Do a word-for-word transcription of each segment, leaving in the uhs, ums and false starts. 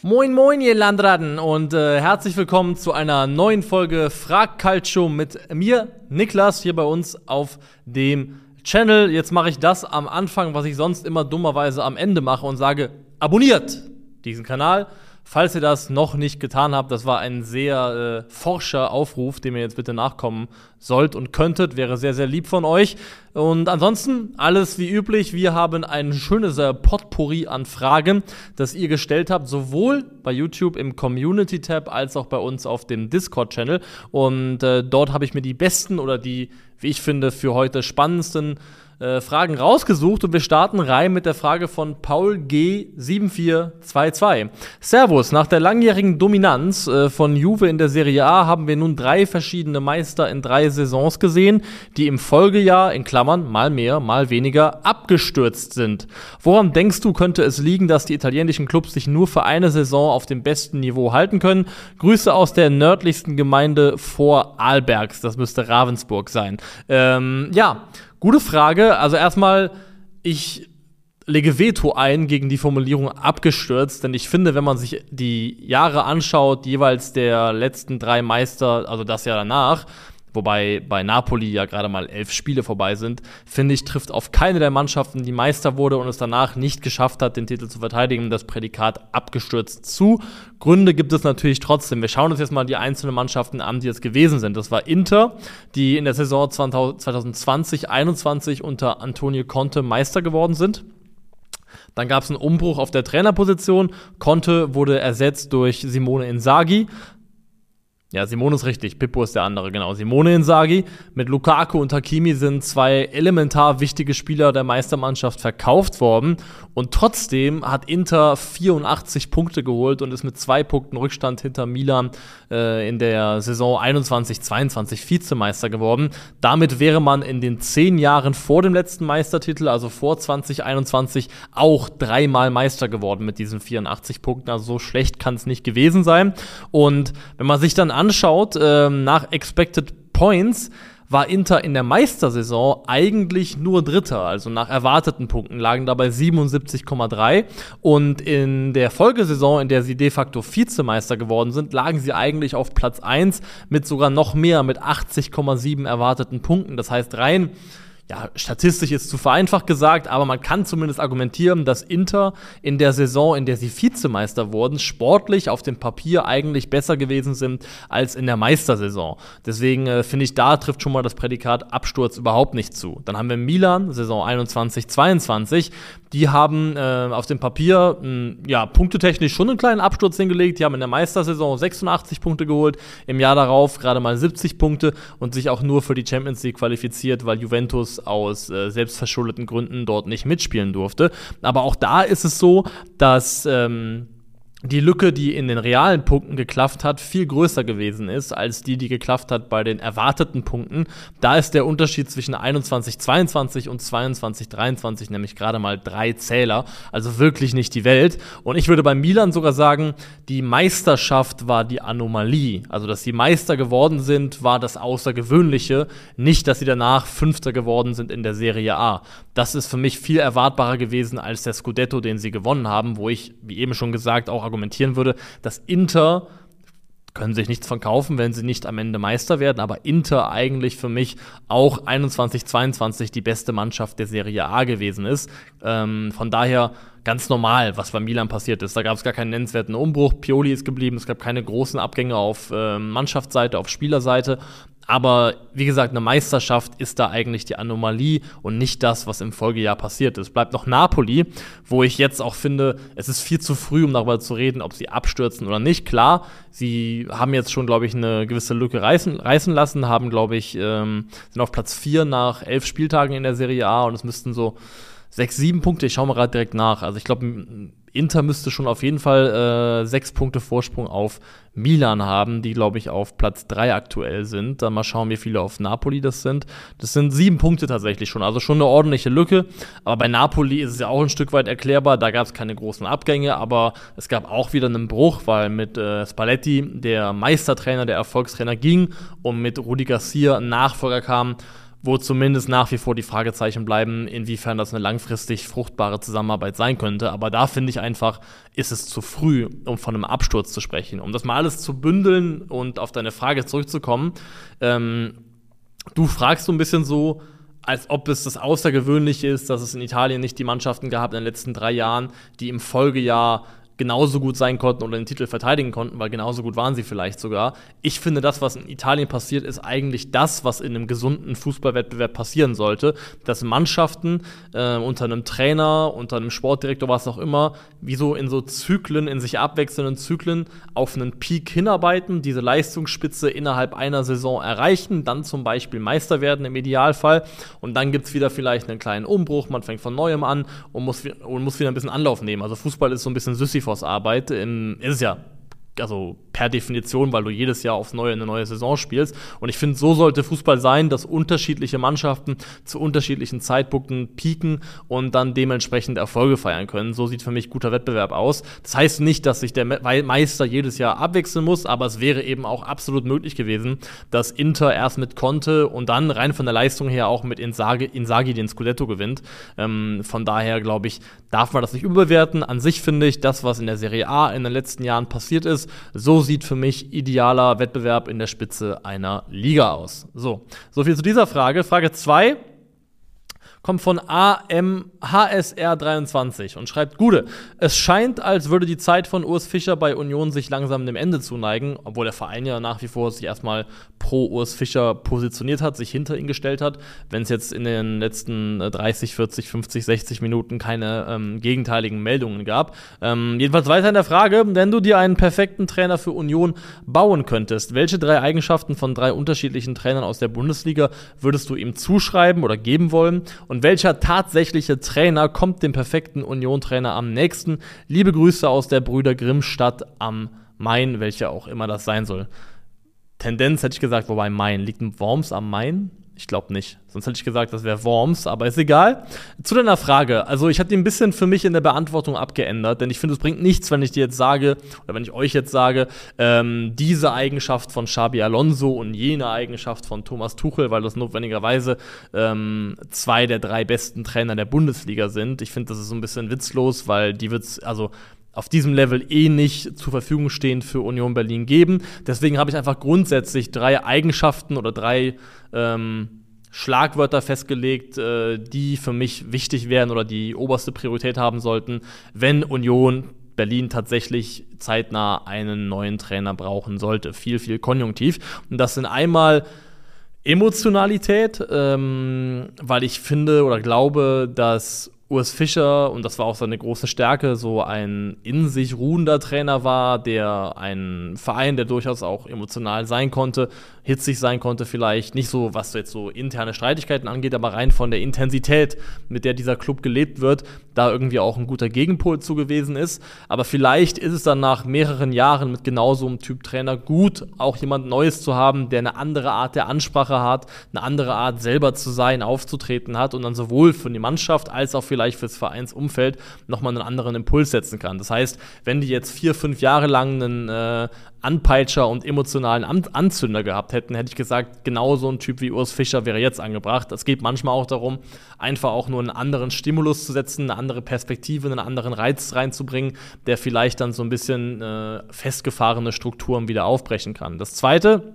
Moin moin ihr Landratten und äh, herzlich willkommen zu einer neuen Folge Frag Calcio mit mir, Niklas, hier bei uns auf dem Channel. Jetzt mache ich das am Anfang, was ich sonst immer dummerweise am Ende mache und sage, abonniert diesen Kanal. Falls ihr das noch nicht getan habt, das war ein sehr äh, forscher Aufruf, dem ihr jetzt bitte nachkommen sollt und könntet. Wäre sehr, sehr lieb von euch. Und ansonsten alles wie üblich. Wir haben ein schönes äh, Potpourri an Fragen, das ihr gestellt habt, sowohl bei YouTube im Community-Tab als auch bei uns auf dem Discord-Channel. Und äh, dort habe ich mir die besten oder die, wie ich finde, für heute spannendsten Äh, Fragen rausgesucht und wir starten rein mit der Frage von Paul G sieben vier zwei zwei. Servus, nach der langjährigen Dominanz äh, von Juve in der Serie A haben wir nun drei verschiedene Meister in drei Saisons gesehen, die im Folgejahr, in Klammern, mal mehr, mal weniger, abgestürzt sind. Woran denkst du, könnte es liegen, dass die italienischen Clubs sich nur für eine Saison auf dem besten Niveau halten können? Grüße aus der nördlichsten Gemeinde vor Arlbergs, das müsste Ravensburg sein. Ähm, ja, gute Frage. Also erstmal, ich lege Veto ein gegen die Formulierung abgestürzt, denn ich finde, wenn man sich die Jahre anschaut, jeweils der letzten drei Meister, also das Jahr danach, wobei bei Napoli ja gerade mal elf Spiele vorbei sind, finde ich, trifft auf keine der Mannschaften, die Meister wurde und es danach nicht geschafft hat, den Titel zu verteidigen, das Prädikat abgestürzt zu. Gründe gibt es natürlich trotzdem. Wir schauen uns jetzt mal die einzelnen Mannschaften an, die es gewesen sind. Das war Inter, die in der Saison zwanzig zwanzig einundzwanzig unter Antonio Conte Meister geworden sind. Dann gab es einen Umbruch auf der Trainerposition. Conte wurde ersetzt durch Simone Inzaghi. Ja, Simone ist richtig, Pippo ist der andere, genau. Simone Inzaghi. Mit Lukaku und Hakimi sind zwei elementar wichtige Spieler der Meistermannschaft verkauft worden. Und trotzdem hat Inter vierundachtzig Punkte geholt und ist mit zwei Punkten Rückstand hinter Milan äh, in der Saison einundzwanzig zweiundzwanzig Vizemeister geworden. Damit wäre man in den zehn Jahren vor dem letzten Meistertitel, also vor zwanzig einundzwanzig, auch dreimal Meister geworden mit diesen vierundachtzig Punkten. Also so schlecht kann es nicht gewesen sein. Und wenn man sich dann anschaut, äh, nach Expected Points war Inter in der Meistersaison eigentlich nur Dritter, also nach erwarteten Punkten lagen dabei siebenundsiebzig Komma drei und in der Folgesaison, in der sie de facto Vizemeister geworden sind, lagen sie eigentlich auf Platz eins mit sogar noch mehr, mit achtzig Komma sieben erwarteten Punkten. Das heißt, rein ja, statistisch ist zu vereinfacht gesagt, aber man kann zumindest argumentieren, dass Inter in der Saison, in der sie Vizemeister wurden, sportlich auf dem Papier eigentlich besser gewesen sind als in der Meistersaison. Deswegen äh, finde ich, da trifft schon mal das Prädikat Absturz überhaupt nicht zu. Dann haben wir Milan, Saison einundzwanzig zweiundzwanzig. Die haben äh, auf dem Papier mh, ja, punktetechnisch schon einen kleinen Absturz hingelegt. Die haben in der Meistersaison sechsundachtzig Punkte geholt, im Jahr darauf gerade mal siebzig Punkte und sich auch nur für die Champions League qualifiziert, weil Juventus aus äh, selbstverschuldeten Gründen dort nicht mitspielen durfte. Aber auch da ist es so, dass ähm, die Lücke, die in den realen Punkten geklafft hat, viel größer gewesen ist, als die, die geklafft hat bei den erwarteten Punkten. Da ist der Unterschied zwischen einundzwanzig zweiundzwanzig und zweiundzwanzig dreiundzwanzig nämlich gerade mal drei Zähler, also wirklich nicht die Welt. Und ich würde bei Milan sogar sagen, die Meisterschaft war die Anomalie. Also, dass sie Meister geworden sind, war das Außergewöhnliche, nicht, dass sie danach Fünfter geworden sind in der Serie A. Das ist für mich viel erwartbarer gewesen als der Scudetto, den sie gewonnen haben, wo ich, wie eben schon gesagt, auch argumentieren würde, dass Inter, können sich nichts verkaufen, wenn sie nicht am Ende Meister werden, aber Inter eigentlich für mich auch einundzwanzig zweiundzwanzig die beste Mannschaft der Serie A gewesen ist. Ähm, von daher ganz normal, was bei Milan passiert ist. Da gab es gar keinen nennenswerten Umbruch. Pioli ist geblieben, es gab keine großen Abgänge auf äh, Mannschaftsseite, auf Spielerseite. Aber wie gesagt, eine Meisterschaft ist da eigentlich die Anomalie und nicht das, was im Folgejahr passiert ist. Bleibt noch Napoli, wo ich jetzt auch finde, es ist viel zu früh, um darüber zu reden, ob sie abstürzen oder nicht. Klar, sie haben jetzt schon, glaube ich, eine gewisse Lücke reißen, reißen lassen, haben, glaube ich, ähm, sind auf Platz vier nach elf Spieltagen in der Serie A und es müssten so sechs, sieben Punkte, ich schaue mal gerade direkt nach. Also ich glaube, Inter müsste schon auf jeden Fall äh, sechs Punkte Vorsprung auf Milan haben, die, glaube ich, auf Platz drei aktuell sind. Dann mal schauen, wie viele auf Napoli das sind. Das sind sieben Punkte tatsächlich schon, also schon eine ordentliche Lücke. Aber bei Napoli ist es ja auch ein Stück weit erklärbar. Da gab es keine großen Abgänge, aber es gab auch wieder einen Bruch, weil mit äh, Spalletti der Meistertrainer, der Erfolgstrainer ging und mit Rudi Garcia ein Nachfolger kam, wo zumindest nach wie vor die Fragezeichen bleiben, inwiefern das eine langfristig fruchtbare Zusammenarbeit sein könnte. Aber da finde ich einfach, ist es zu früh, um von einem Absturz zu sprechen. Um das mal alles zu bündeln und auf deine Frage zurückzukommen. Ähm, du fragst so ein bisschen so, als ob es das Außergewöhnliche ist, dass es in Italien nicht die Mannschaften gab in den letzten drei Jahren, die im Folgejahr genauso gut sein konnten oder den Titel verteidigen konnten, weil genauso gut waren sie vielleicht sogar. Ich finde, das, was in Italien passiert, ist eigentlich das, was in einem gesunden Fußballwettbewerb passieren sollte, dass Mannschaften äh, unter einem Trainer, unter einem Sportdirektor, was auch immer, wie so in so Zyklen, in sich abwechselnden Zyklen auf einen Peak hinarbeiten, diese Leistungsspitze innerhalb einer Saison erreichen, dann zum Beispiel Meister werden im Idealfall und dann gibt es wieder vielleicht einen kleinen Umbruch, man fängt von Neuem an und muss, und muss wieder ein bisschen Anlauf nehmen. Also Fußball ist so ein bisschen Sisyphos Arbeit, ähm, ist es ja also per Definition, weil du jedes Jahr aufs Neue eine neue Saison spielst. Und ich finde, so sollte Fußball sein, dass unterschiedliche Mannschaften zu unterschiedlichen Zeitpunkten pieken und dann dementsprechend Erfolge feiern können. So sieht für mich guter Wettbewerb aus. Das heißt nicht, dass sich der Meister jedes Jahr abwechseln muss, aber es wäre eben auch absolut möglich gewesen, dass Inter erst mit Conte und dann rein von der Leistung her auch mit Inzaghi, Inzaghi den Scudetto gewinnt. Ähm, von daher, glaube ich, darf man das nicht überbewerten. An sich finde ich, das, was in der Serie A in den letzten Jahren passiert ist, so sieht für mich idealer Wettbewerb in der Spitze einer Liga aus. So, so viel zu dieser Frage. Frage zwei kommt von A M H S R dreiundzwanzig und schreibt: Gude, es scheint, als würde die Zeit von Urs Fischer bei Union sich langsam dem Ende zuneigen, obwohl der Verein ja nach wie vor sich erstmal pro Urs Fischer positioniert hat, sich hinter ihn gestellt hat, wenn es jetzt in den letzten dreißig, vierzig, fünfzig, sechzig Minuten keine ähm, gegenteiligen Meldungen gab. Ähm, jedenfalls weiter in der Frage: Wenn du dir einen perfekten Trainer für Union bauen könntest, welche drei Eigenschaften von drei unterschiedlichen Trainern aus der Bundesliga würdest du ihm zuschreiben oder geben wollen? Und welcher tatsächliche Trainer kommt dem perfekten Union-Trainer am nächsten? Liebe Grüße aus der Brüder Grimm-Stadt am Main, welche auch immer das sein soll. Tendenz hätte ich gesagt, wobei Main. Liegt ein Worms am Main? Ich glaube nicht. Sonst hätte ich gesagt, das wäre Worms, aber ist egal. Zu deiner Frage. Also ich habe die ein bisschen für mich in der Beantwortung abgeändert, denn ich finde, es bringt nichts, wenn ich dir jetzt sage, oder wenn ich euch jetzt sage, ähm, diese Eigenschaft von Xabi Alonso und jene Eigenschaft von Thomas Tuchel, weil das notwendigerweise ähm, zwei der drei besten Trainer der Bundesliga sind. Ich finde, das ist so ein bisschen witzlos, weil die wird's, also auf diesem Level eh nicht zur Verfügung stehend für Union Berlin geben. Deswegen habe ich einfach grundsätzlich drei Eigenschaften oder drei ähm, Schlagwörter festgelegt, äh, die für mich wichtig wären oder die oberste Priorität haben sollten, wenn Union Berlin tatsächlich zeitnah einen neuen Trainer brauchen sollte. Viel, viel Konjunktiv. Und das sind einmal Emotionalität, ähm, weil ich finde oder glaube, dass Urs Fischer, und das war auch seine große Stärke, so ein in sich ruhender Trainer war, der ein Verein, der durchaus auch emotional sein konnte, hitzig sein konnte vielleicht, nicht so, was jetzt so interne Streitigkeiten angeht, aber rein von der Intensität, mit der dieser Club gelebt wird, da irgendwie auch ein guter Gegenpol zu gewesen ist. Aber vielleicht ist es dann nach mehreren Jahren mit genau so einem Typ Trainer gut, auch jemand Neues zu haben, der eine andere Art der Ansprache hat, eine andere Art selber zu sein, aufzutreten hat und dann sowohl für die Mannschaft als auch für vielleicht fürs Vereinsumfeld nochmal einen anderen Impuls setzen kann. Das heißt, wenn die jetzt vier, fünf Jahre lang einen äh, Anpeitscher und emotionalen An- Anzünder gehabt hätten, hätte ich gesagt, genau so ein Typ wie Urs Fischer wäre jetzt angebracht. Es geht manchmal auch darum, einfach auch nur einen anderen Stimulus zu setzen, eine andere Perspektive, einen anderen Reiz reinzubringen, der vielleicht dann so ein bisschen äh, festgefahrene Strukturen wieder aufbrechen kann. Das Zweite: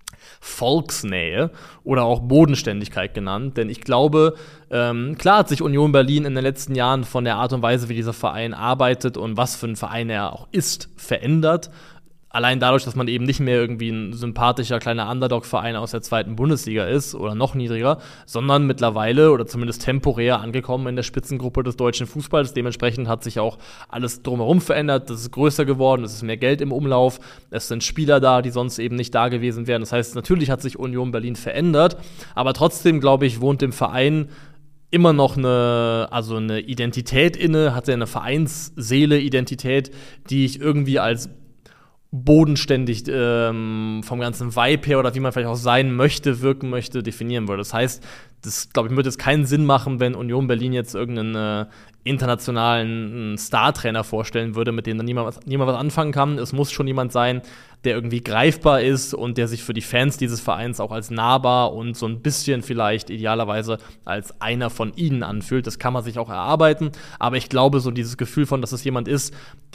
Volksnähe oder auch Bodenständigkeit genannt, denn ich glaube, ähm, klar hat sich Union Berlin in den letzten Jahren von der Art und Weise, wie dieser Verein arbeitet und was für ein Verein er auch ist, verändert. Allein dadurch, dass man eben nicht mehr irgendwie ein sympathischer kleiner Underdog-Verein aus der zweiten Bundesliga ist oder noch niedriger, sondern mittlerweile oder zumindest temporär angekommen in der Spitzengruppe des deutschen Fußballs. Dementsprechend hat sich auch alles drumherum verändert. Das ist größer geworden, es ist mehr Geld im Umlauf, es sind Spieler da, die sonst eben nicht da gewesen wären. Das heißt, natürlich hat sich Union Berlin verändert, aber trotzdem, glaube ich, wohnt dem Verein immer noch eine, also eine Identität inne, hat er eine Vereinsseele-Identität, die ich irgendwie als bodenständig ähm, vom ganzen Vibe her oder wie man vielleicht auch sein möchte, wirken möchte, definieren würde. Das heißt, das, glaube ich, würde jetzt keinen Sinn machen, wenn Union Berlin jetzt irgendeinen äh, internationalen Star-Trainer vorstellen würde, mit dem dann niemand was, niemand was anfangen kann. Es muss schon jemand sein, der irgendwie greifbar ist und der sich für die Fans dieses Vereins auch als nahbar und so ein bisschen vielleicht idealerweise als einer von ihnen anfühlt. Das kann man sich auch erarbeiten, aber ich glaube, so dieses Gefühl von, dass es jemand ist,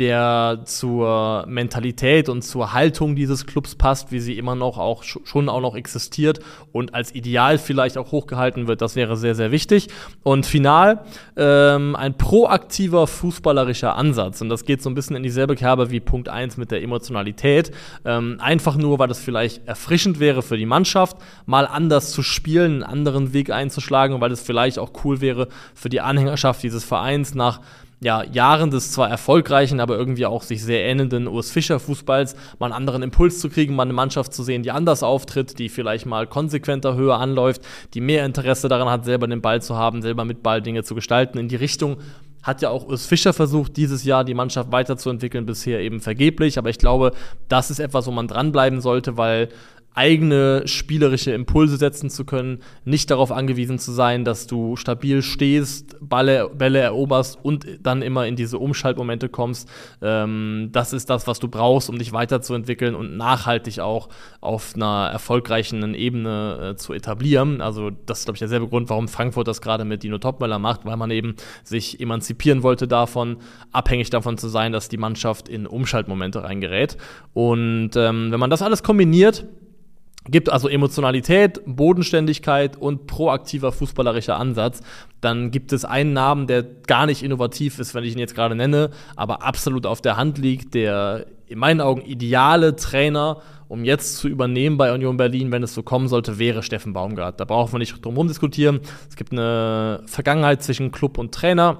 der zur Mentalität und zur Haltung dieses Clubs passt, wie sie immer noch auch schon auch noch existiert und als Ideal vielleicht auch hochgehalten wird, das wäre sehr, sehr wichtig. Und final ähm, ein proaktiver fußballerischer Ansatz, und das geht so ein bisschen in dieselbe Kerbe wie Punkt eins mit der Emotionalität. Ähm, einfach nur, weil das vielleicht erfrischend wäre für die Mannschaft, mal anders zu spielen, einen anderen Weg einzuschlagen, und weil es vielleicht auch cool wäre für die Anhängerschaft dieses Vereins nach ja, Jahren des zwar erfolgreichen, aber irgendwie auch sich sehr ähnelnden Urs Fischer-Fußballs mal einen anderen Impuls zu kriegen, mal eine Mannschaft zu sehen, die anders auftritt, die vielleicht mal konsequenter höher anläuft, die mehr Interesse daran hat, selber den Ball zu haben, selber mit Ball Dinge zu gestalten. In die Richtung hat ja auch Urs Fischer versucht, dieses Jahr die Mannschaft weiterzuentwickeln, bisher eben vergeblich. Aber ich glaube, das ist etwas, wo man dranbleiben sollte, weil eigene spielerische Impulse setzen zu können, nicht darauf angewiesen zu sein, dass du stabil stehst, Balle, Bälle eroberst und dann immer in diese Umschaltmomente kommst. Ähm, das ist das, was du brauchst, um dich weiterzuentwickeln und nachhaltig auch auf einer erfolgreichen Ebene äh, zu etablieren. Also das ist, glaube ich, derselbe Grund, warum Frankfurt das gerade mit Dino Topmöller macht, weil man eben sich emanzipieren wollte davon, abhängig davon zu sein, dass die Mannschaft in Umschaltmomente reingerät. Und ähm, wenn man das alles kombiniert, gibt also Emotionalität, Bodenständigkeit und proaktiver fußballerischer Ansatz, dann gibt es einen Namen, der gar nicht innovativ ist, wenn ich ihn jetzt gerade nenne, aber absolut auf der Hand liegt, der in meinen Augen ideale Trainer, um jetzt zu übernehmen bei Union Berlin, wenn es so kommen sollte, wäre Steffen Baumgart. Da brauchen wir nicht drum herum diskutieren. Es gibt eine Vergangenheit zwischen Club und Trainer.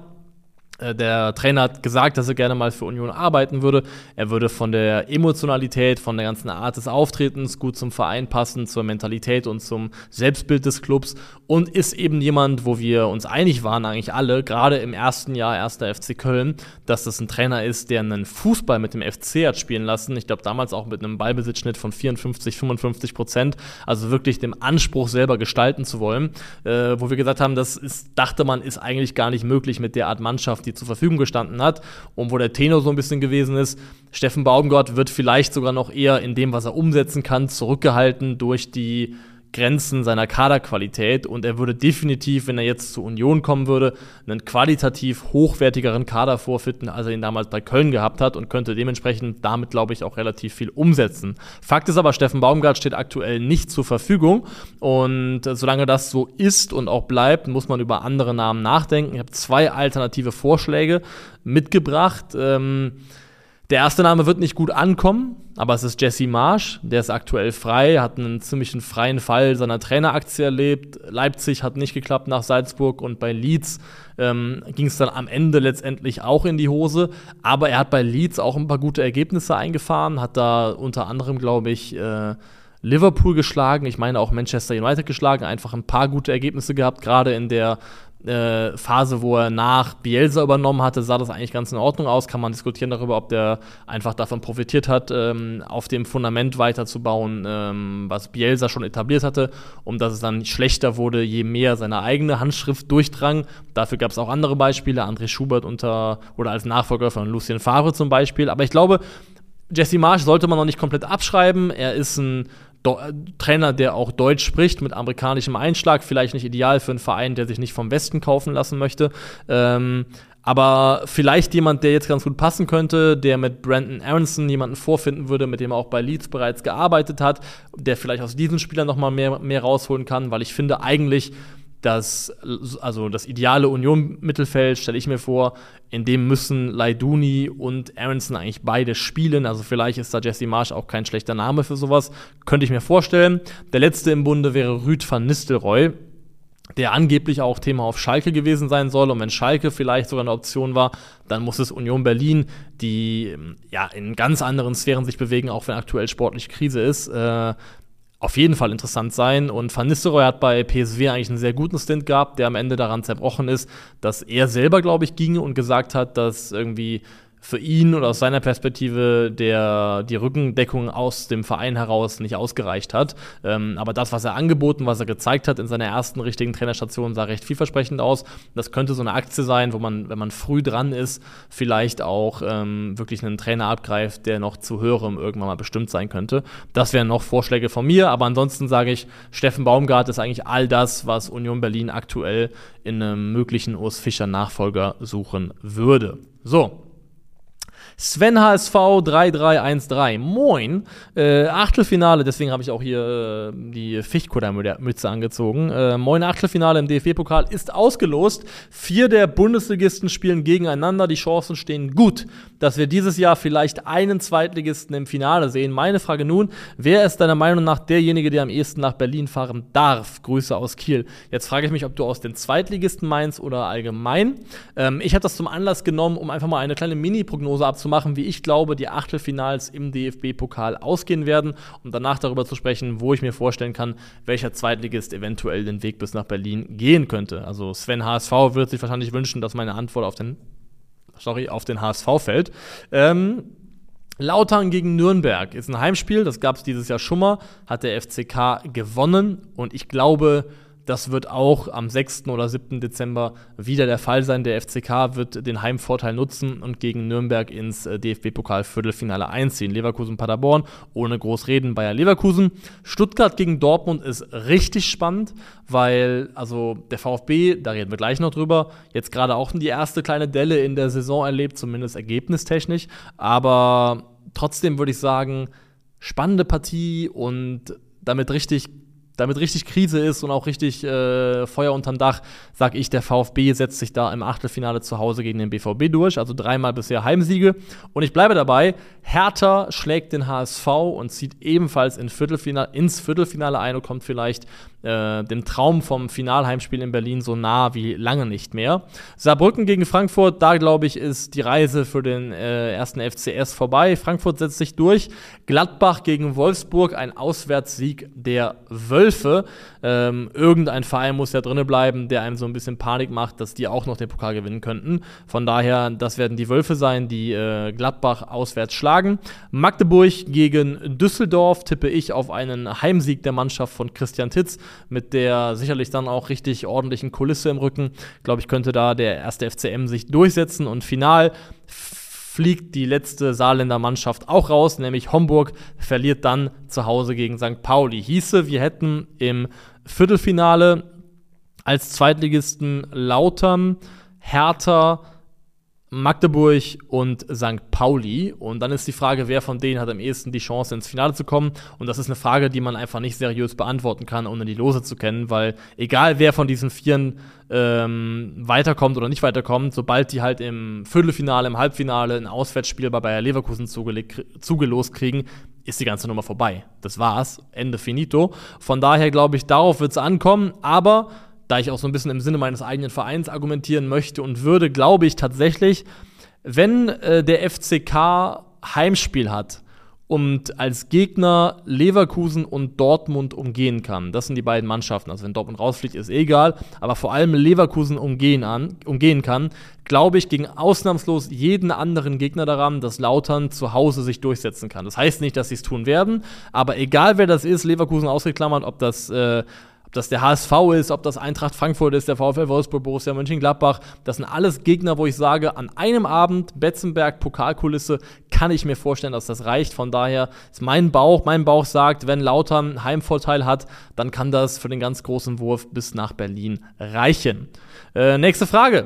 Der Trainer hat gesagt, dass er gerne mal für Union arbeiten würde. Er würde von der Emotionalität, von der ganzen Art des Auftretens gut zum Verein passen, zur Mentalität und zum Selbstbild des Clubs und ist eben jemand, wo wir uns einig waren, eigentlich alle, gerade im ersten Jahr erster F C Köln, dass das ein Trainer ist, der einen Fußball mit dem F C hat spielen lassen. Ich glaube, damals auch mit einem Ballbesitzschnitt von vierundfünfzig, fünfundfünfzig Prozent, also wirklich dem Anspruch, selber gestalten zu wollen, äh, wo wir gesagt haben, das ist, dachte man, ist eigentlich gar nicht möglich mit der Art Mannschaft, die zur Verfügung gestanden hat und wo der Tenor so ein bisschen gewesen ist, Steffen Baumgart wird vielleicht sogar noch eher in dem, was er umsetzen kann, zurückgehalten durch die Grenzen seiner Kaderqualität, und er würde definitiv, wenn er jetzt zur Union kommen würde, einen qualitativ hochwertigeren Kader vorfinden, als er ihn damals bei Köln gehabt hat, und könnte dementsprechend damit, glaube ich, auch relativ viel umsetzen. Fakt ist aber, Steffen Baumgart steht aktuell nicht zur Verfügung, und solange das so ist und auch bleibt, muss man über andere Namen nachdenken. Ich habe zwei alternative Vorschläge mitgebracht. Ähm, Der erste Name wird nicht gut ankommen, aber es ist Jesse Marsch. Der ist aktuell frei, hat einen ziemlichen freien Fall seiner Traineraktie erlebt. Leipzig hat nicht geklappt nach Salzburg, und bei Leeds ähm, ging es dann am Ende letztendlich auch in die Hose. Aber er hat bei Leeds auch ein paar gute Ergebnisse eingefahren, hat da unter anderem, glaube ich, äh, Liverpool geschlagen, ich meine auch Manchester United geschlagen, einfach ein paar gute Ergebnisse gehabt, gerade in der Äh, Phase, wo er nach Bielsa übernommen hatte, sah das eigentlich ganz in Ordnung aus. Kann man diskutieren darüber, ob der einfach davon profitiert hat, ähm, auf dem Fundament weiterzubauen, ähm, was Bielsa schon etabliert hatte, um dass es dann schlechter wurde, je mehr seine eigene Handschrift durchdrang. Dafür gab es auch andere Beispiele, André Schubert unter oder als Nachfolger von Lucien Favre zum Beispiel. Aber ich glaube, Jesse Marsch sollte man noch nicht komplett abschreiben. Er ist ein Do- Trainer, der auch Deutsch spricht, mit amerikanischem Einschlag, vielleicht nicht ideal für einen Verein, der sich nicht vom Westen kaufen lassen möchte. Ähm, aber vielleicht jemand, der jetzt ganz gut passen könnte, der mit Brandon Aronson jemanden vorfinden würde, mit dem er auch bei Leeds bereits gearbeitet hat, der vielleicht aus diesen Spielern noch mal mehr, mehr rausholen kann, weil ich finde eigentlich, Das, also das ideale Union-Mittelfeld, stelle ich mir vor, in dem müssen Laiduni und Aronson eigentlich beide spielen. Also vielleicht ist da Jesse Marsch auch kein schlechter Name für sowas. Könnte ich mir vorstellen. Der letzte im Bunde wäre Ruud van Nistelrooy, der angeblich auch Thema auf Schalke gewesen sein soll. Und wenn Schalke vielleicht sogar eine Option war, dann muss es Union Berlin, die ja in ganz anderen Sphären sich bewegen, auch wenn aktuell sportliche Krise ist, äh, auf jeden Fall interessant sein. Und Van Nistelrooy hat bei P S V eigentlich einen sehr guten Stint gehabt, der am Ende daran zerbrochen ist, dass er selber, glaube ich, ging und gesagt hat, dass irgendwie für ihn oder aus seiner Perspektive der, die Rückendeckung aus dem Verein heraus nicht ausgereicht hat. Ähm, aber das, was er angeboten, was er gezeigt hat in seiner ersten richtigen Trainerstation, sah recht vielversprechend aus. Das könnte so eine Aktie sein, wo man, wenn man früh dran ist, vielleicht auch ähm, wirklich einen Trainer abgreift, der noch zu höherem irgendwann mal bestimmt sein könnte. Das wären noch Vorschläge von mir, aber ansonsten sage ich, Steffen Baumgart ist eigentlich all das, was Union Berlin aktuell in einem möglichen Urs Fischer-Nachfolger suchen würde. So. Sven H S V drei drei eins drei. Moin. Äh, Achtelfinale, deswegen habe ich auch hier äh, die Fichtkutter-Mütze angezogen. Äh, Moin, Achtelfinale im D F B-Pokal ist ausgelost. Vier der Bundesligisten spielen gegeneinander. Die Chancen stehen gut, dass wir dieses Jahr vielleicht einen Zweitligisten im Finale sehen. Meine Frage nun, wer ist deiner Meinung nach derjenige, der am ehesten nach Berlin fahren darf? Grüße aus Kiel. Jetzt frage ich mich, ob du aus den Zweitligisten meinst oder allgemein. Ähm, ich habe das zum Anlass genommen, um einfach mal eine kleine Mini-Prognose abzuhalten, zu machen, wie ich glaube, die Achtelfinals im D F B-Pokal ausgehen werden, um danach darüber zu sprechen, wo ich mir vorstellen kann, welcher Zweitligist eventuell den Weg bis nach Berlin gehen könnte. Also Sven H S V wird sich wahrscheinlich wünschen, dass meine Antwort auf den, sorry, auf den H S V fällt. Ähm, Lautern gegen Nürnberg ist ein Heimspiel, das gab es dieses Jahr schon mal, hat der F C K gewonnen und ich glaube, das wird auch am sechsten oder siebten Dezember wieder der Fall sein. Der F C K wird den Heimvorteil nutzen und gegen Nürnberg ins D F B-Pokal-Viertelfinale einziehen. Leverkusen-Paderborn, ohne groß reden, Bayer Leverkusen. Stuttgart gegen Dortmund ist richtig spannend, weil also der VfB, da reden wir gleich noch drüber, jetzt gerade auch die erste kleine Delle in der Saison erlebt, zumindest ergebnistechnisch. Aber trotzdem würde ich sagen, spannende Partie und damit richtig Damit richtig Krise ist und auch richtig äh, Feuer unterm Dach, sag ich, der VfB setzt sich da im Achtelfinale zu Hause gegen den B V B durch, also dreimal bisher Heimsiege. Und ich bleibe dabei, Hertha schlägt den H S V und zieht ebenfalls in Viertelfinale, ins Viertelfinale ein und kommt vielleicht äh, dem Traum vom Finalheimspiel in Berlin so nah wie lange nicht mehr. Saarbrücken gegen Frankfurt, da glaube ich, ist die Reise für den äh, ersten F C S vorbei. Frankfurt setzt sich durch. Gladbach gegen Wolfsburg, ein Auswärtssieg der Wölfe. Ähm, irgendein Verein muss ja drinne bleiben, der einem so ein bisschen Panik macht, dass die auch noch den Pokal gewinnen könnten. Von daher, das werden die Wölfe sein, die äh, Gladbach auswärts schlagen. Magdeburg gegen Düsseldorf tippe ich auf einen Heimsieg der Mannschaft von Christian Titz mit der sicherlich dann auch richtig ordentlichen Kulisse im Rücken. Glaube ich, könnte da der erste F C M sich durchsetzen und final fliegt die letzte Saarländer Mannschaft auch raus, nämlich Homburg verliert dann zu Hause gegen Sankt Pauli. Hieße, wir hätten im Viertelfinale als Zweitligisten Lautern, Hertha, Magdeburg und Sankt Pauli. Und dann ist die Frage, wer von denen hat am ehesten die Chance, ins Finale zu kommen. Und das ist eine Frage, die man einfach nicht seriös beantworten kann, ohne die Lose zu kennen, weil egal wer von diesen Vieren ähm, weiterkommt oder nicht weiterkommt, sobald die halt im Viertelfinale, im Halbfinale ein Auswärtsspiel bei Bayer Leverkusen zugelegt, zugelost kriegen, ist die ganze Nummer vorbei. Das war's. Ende finito. Von daher glaube ich, darauf wird es ankommen. Aber da ich auch so ein bisschen im Sinne meines eigenen Vereins argumentieren möchte und würde, glaube ich tatsächlich, wenn äh, der F C K Heimspiel hat und als Gegner Leverkusen und Dortmund umgehen kann, das sind die beiden Mannschaften, also wenn Dortmund rausfliegt, ist eh egal, aber vor allem Leverkusen umgehen, an, umgehen kann, glaube ich gegen ausnahmslos jeden anderen Gegner daran, dass Lautern zu Hause sich durchsetzen kann. Das heißt nicht, dass sie es tun werden, aber egal wer das ist, Leverkusen ausgeklammert, ob das äh, Ob das der H S V ist, ob das Eintracht Frankfurt ist, der VfL Wolfsburg, Borussia Mönchengladbach, das sind alles Gegner, wo ich sage, an einem Abend, Betzenberg, Pokalkulisse, kann ich mir vorstellen, dass das reicht. Von daher ist mein Bauch, mein Bauch sagt, wenn Lautern einen Heimvorteil hat, dann kann das für den ganz großen Wurf bis nach Berlin reichen. Äh, nächste Frage.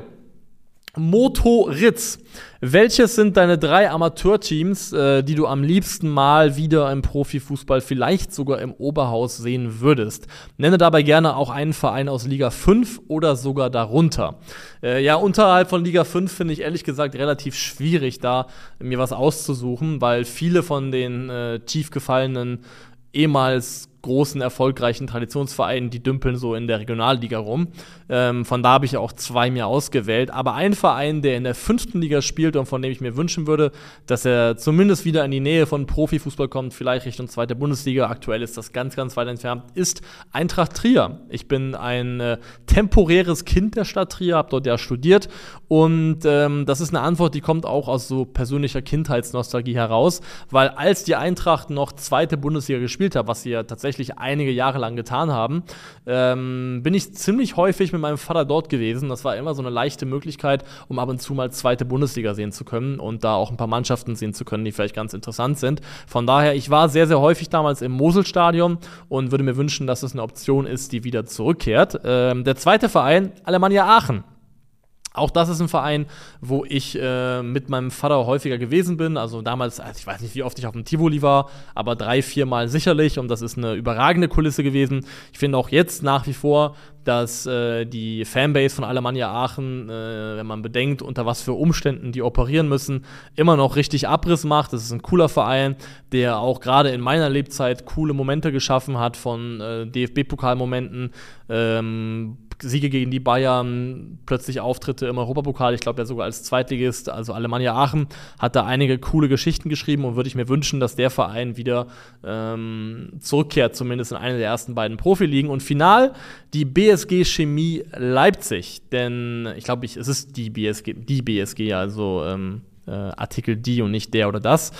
Moto Ritz. Welches sind deine drei Amateurteams, äh, die du am liebsten mal wieder im Profifußball, vielleicht sogar im Oberhaus sehen würdest? Nenne dabei gerne auch einen Verein aus Liga fünf oder sogar darunter. Äh, ja, unterhalb von Liga fünf finde ich ehrlich gesagt relativ schwierig, da mir was auszusuchen, weil viele von den äh, tief gefallenen ehemals großen, erfolgreichen Traditionsvereinen, die dümpeln so in der Regionalliga rum. Ähm, von da habe ich auch zwei mir ausgewählt. Aber ein Verein, der in der fünften Liga spielt und von dem ich mir wünschen würde, dass er zumindest wieder in die Nähe von Profifußball kommt, vielleicht Richtung zweite Bundesliga, aktuell ist das ganz, ganz weit entfernt, ist Eintracht Trier. Ich bin ein äh, temporäres Kind der Stadt Trier, habe dort ja studiert und ähm, das ist eine Antwort, die kommt auch aus so persönlicher Kindheitsnostalgie heraus, weil als die Eintracht noch zweite Bundesliga gespielt hat, was sie ja tatsächlich einige Jahre lang getan haben, ähm, bin ich ziemlich häufig mit meinem Vater dort gewesen. Das war immer so eine leichte Möglichkeit, um ab und zu mal zweite Bundesliga sehen zu können und da auch ein paar Mannschaften sehen zu können, die vielleicht ganz interessant sind. Von daher, ich war sehr, sehr häufig damals im Moselstadion und würde mir wünschen, dass es eine Option ist, die wieder zurückkehrt. Ähm, der zweite Verein, Alemannia Aachen. Auch das ist ein Verein, wo ich äh, mit meinem Vater häufiger gewesen bin. Also damals, also ich weiß nicht, wie oft ich auf dem Tivoli war, aber drei, vier Mal sicherlich. Und das ist eine überragende Kulisse gewesen. Ich finde auch jetzt nach wie vor, dass äh, die Fanbase von Alemannia Aachen, äh, wenn man bedenkt, unter was für Umständen die operieren müssen, immer noch richtig Abriss macht. Das ist ein cooler Verein, der auch gerade in meiner Lebzeit coole Momente geschaffen hat, von äh, D F B-Pokalmomenten, ähm, Siege gegen die Bayern, plötzlich Auftritte im Europapokal, ich glaube ja sogar als Zweitligist, also Alemannia Aachen hat da einige coole Geschichten geschrieben und würde ich mir wünschen, dass der Verein wieder ähm, zurückkehrt, zumindest in eine der ersten beiden Profiligen. Und final die B S G Chemie Leipzig, denn ich glaube, ich, es ist die B S G, die B S G, also ähm, äh, Artikel die und nicht der oder das.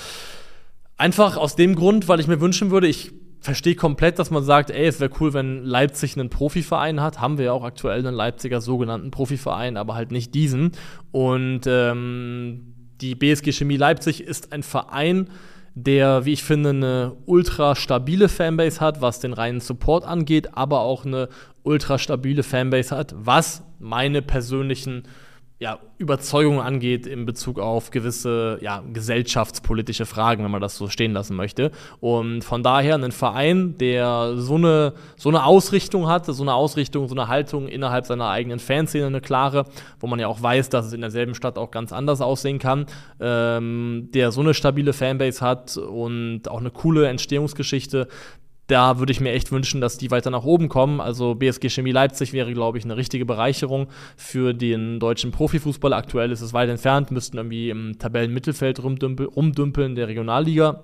Einfach aus dem Grund, weil ich mir wünschen würde, ich verstehe komplett, dass man sagt, ey, es wäre cool, wenn Leipzig einen Profiverein hat. Haben wir ja auch aktuell einen Leipziger sogenannten Profiverein, aber halt nicht diesen. Und ähm, die B S G Chemie Leipzig ist ein Verein, der, wie ich finde, eine ultra stabile Fanbase hat, was den reinen Support angeht, aber auch eine ultra stabile Fanbase hat, was meine persönlichen ja, Überzeugungen angeht in Bezug auf gewisse ja, gesellschaftspolitische Fragen, wenn man das so stehen lassen möchte. Und von daher ein Verein, der so eine, so eine Ausrichtung hat, so eine Ausrichtung, so eine Haltung innerhalb seiner eigenen Fanszene, eine klare, wo man ja auch weiß, dass es in derselben Stadt auch ganz anders aussehen kann, ähm, der so eine stabile Fanbase hat und auch eine coole Entstehungsgeschichte. Da würde ich mir echt wünschen, dass die weiter nach oben kommen. Also B S G Chemie Leipzig wäre, glaube ich, eine richtige Bereicherung für den deutschen Profifußball. Aktuell ist es weit entfernt, müssten irgendwie im Tabellenmittelfeld rumdümpel, rumdümpeln der Regionalliga.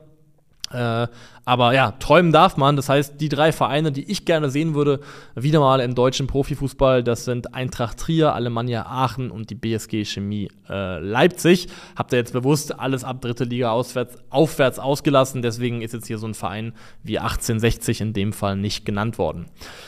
Äh, aber ja, träumen darf man. Das heißt, die drei Vereine, die ich gerne sehen würde, wieder mal im deutschen Profifußball, das sind Eintracht Trier, Alemannia Aachen und die B S G Chemie äh, Leipzig. Habt ihr jetzt bewusst alles ab dritte Liga auswärts, aufwärts ausgelassen. Deswegen ist jetzt hier so ein Verein wie achtzehnhundertsechzig in dem Fall nicht genannt worden.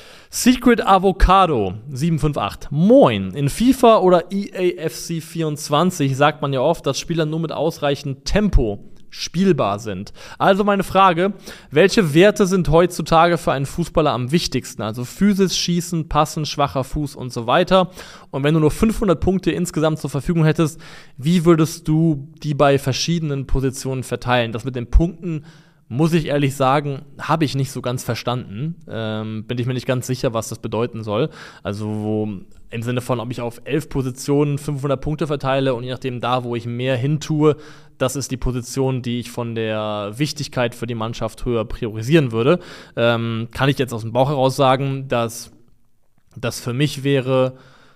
Secret Avocado sieben fünf acht. Moin. In FIFA oder E A F C vierundzwanzig sagt man ja oft, dass Spieler nur mit ausreichend Tempo spielbar sind. Also meine Frage, welche Werte sind heutzutage für einen Fußballer am wichtigsten? Also Physis, Schießen, Passen, schwacher Fuß und so weiter. Und wenn du nur fünfhundert Punkte insgesamt zur Verfügung hättest, wie würdest du die bei verschiedenen Positionen verteilen? Das mit den Punkten, muss ich ehrlich sagen, habe ich nicht so ganz verstanden. Ähm, bin ich mir nicht ganz sicher, was das bedeuten soll. Also wo, im Sinne von, ob ich auf elf Positionen fünfhundert Punkte verteile und je nachdem da, wo ich mehr hintue, das ist die Position, die ich von der Wichtigkeit für die Mannschaft höher priorisieren würde. Ähm, kann ich jetzt aus dem Bauch heraus sagen, dass das für mich wäre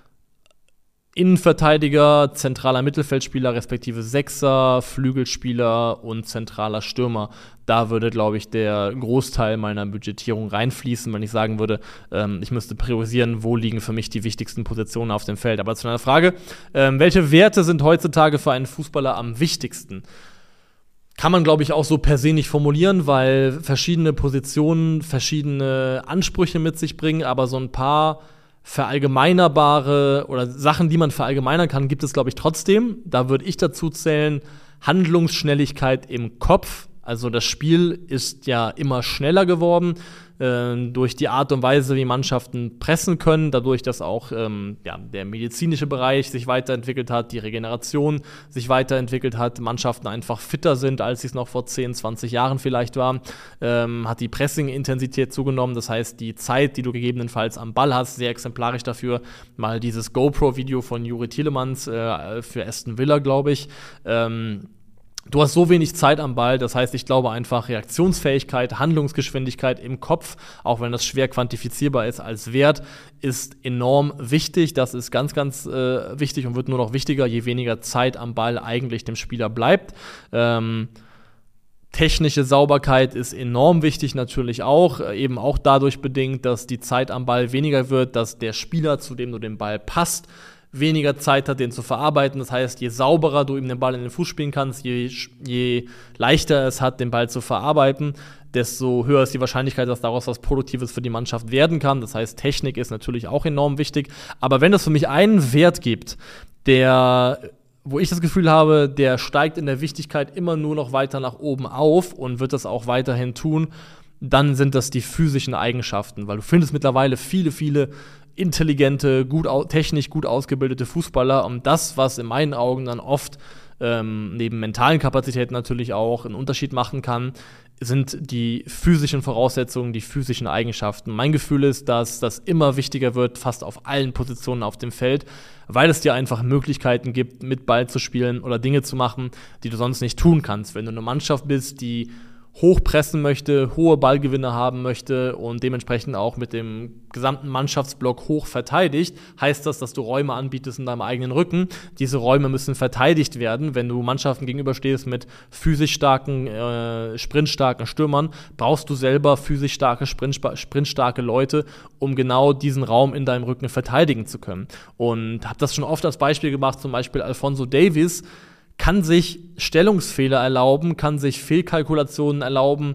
Innenverteidiger, zentraler Mittelfeldspieler, respektive Sechser, Flügelspieler und zentraler Stürmer. Da würde, glaube ich, der Großteil meiner Budgetierung reinfließen, wenn ich sagen würde, ähm, ich müsste priorisieren, wo liegen für mich die wichtigsten Positionen auf dem Feld. Aber zu einer Frage, ähm, welche Werte sind heutzutage für einen Fußballer am wichtigsten? Kann man, glaube ich, auch so per se nicht formulieren, weil verschiedene Positionen verschiedene Ansprüche mit sich bringen, aber so ein paar verallgemeinerbare oder Sachen, die man verallgemeinern kann, gibt es, glaube ich, trotzdem. Da würde ich dazu zählen, Handlungsschnelligkeit im Kopf. Also das Spiel ist ja immer schneller geworden äh, durch die Art und Weise, wie Mannschaften pressen können, dadurch, dass auch ähm, ja, der medizinische Bereich sich weiterentwickelt hat, die Regeneration sich weiterentwickelt hat, Mannschaften einfach fitter sind, als sie es noch vor zehn, zwanzig Jahren vielleicht waren, ähm, hat die Pressing-Intensität zugenommen. Das heißt, die Zeit, die du gegebenenfalls am Ball hast, sehr exemplarisch dafür, mal dieses GoPro-Video von Juri Tielemans äh, für Aston Villa, glaube ich, ähm, Du hast so wenig Zeit am Ball, das heißt, ich glaube einfach, Reaktionsfähigkeit, Handlungsgeschwindigkeit im Kopf, auch wenn das schwer quantifizierbar ist als Wert, ist enorm wichtig. Das ist ganz, ganz äh, wichtig und wird nur noch wichtiger, je weniger Zeit am Ball eigentlich dem Spieler bleibt. Ähm, Technische Sauberkeit ist enorm wichtig natürlich auch, eben auch dadurch bedingt, dass die Zeit am Ball weniger wird, dass der Spieler, zu dem du den Ball passt, weniger Zeit hat, den zu verarbeiten. Das heißt, je sauberer du ihm den Ball in den Fuß spielen kannst, je, je leichter es hat, den Ball zu verarbeiten, desto höher ist die Wahrscheinlichkeit, dass daraus was Produktives für die Mannschaft werden kann. Das heißt, Technik ist natürlich auch enorm wichtig. Aber wenn es für mich einen Wert gibt, der wo ich das Gefühl habe, der steigt in der Wichtigkeit immer nur noch weiter nach oben auf und wird das auch weiterhin tun, dann sind das die physischen Eigenschaften, weil du findest mittlerweile viele, viele intelligente, gut, technisch gut ausgebildete Fußballer und das, was in meinen Augen dann oft ähm, neben mentalen Kapazitäten natürlich auch einen Unterschied machen kann, sind die physischen Voraussetzungen, die physischen Eigenschaften. Mein Gefühl ist, dass das immer wichtiger wird, fast auf allen Positionen auf dem Feld, weil es dir einfach Möglichkeiten gibt, mit Ball zu spielen oder Dinge zu machen, die du sonst nicht tun kannst. Wenn du eine Mannschaft bist, die hoch pressen möchte, hohe Ballgewinne haben möchte und dementsprechend auch mit dem gesamten Mannschaftsblock hoch verteidigt, heißt das, dass du Räume anbietest in deinem eigenen Rücken. Diese Räume müssen verteidigt werden. Wenn du Mannschaften gegenüberstehst mit physisch starken, äh, sprintstarken Stürmern, brauchst du selber physisch starke, sprintstarke Leute, um genau diesen Raum in deinem Rücken verteidigen zu können. Und habe das schon oft als Beispiel gemacht, zum Beispiel Alphonso Davies kann sich Stellungsfehler erlauben, kann sich Fehlkalkulationen erlauben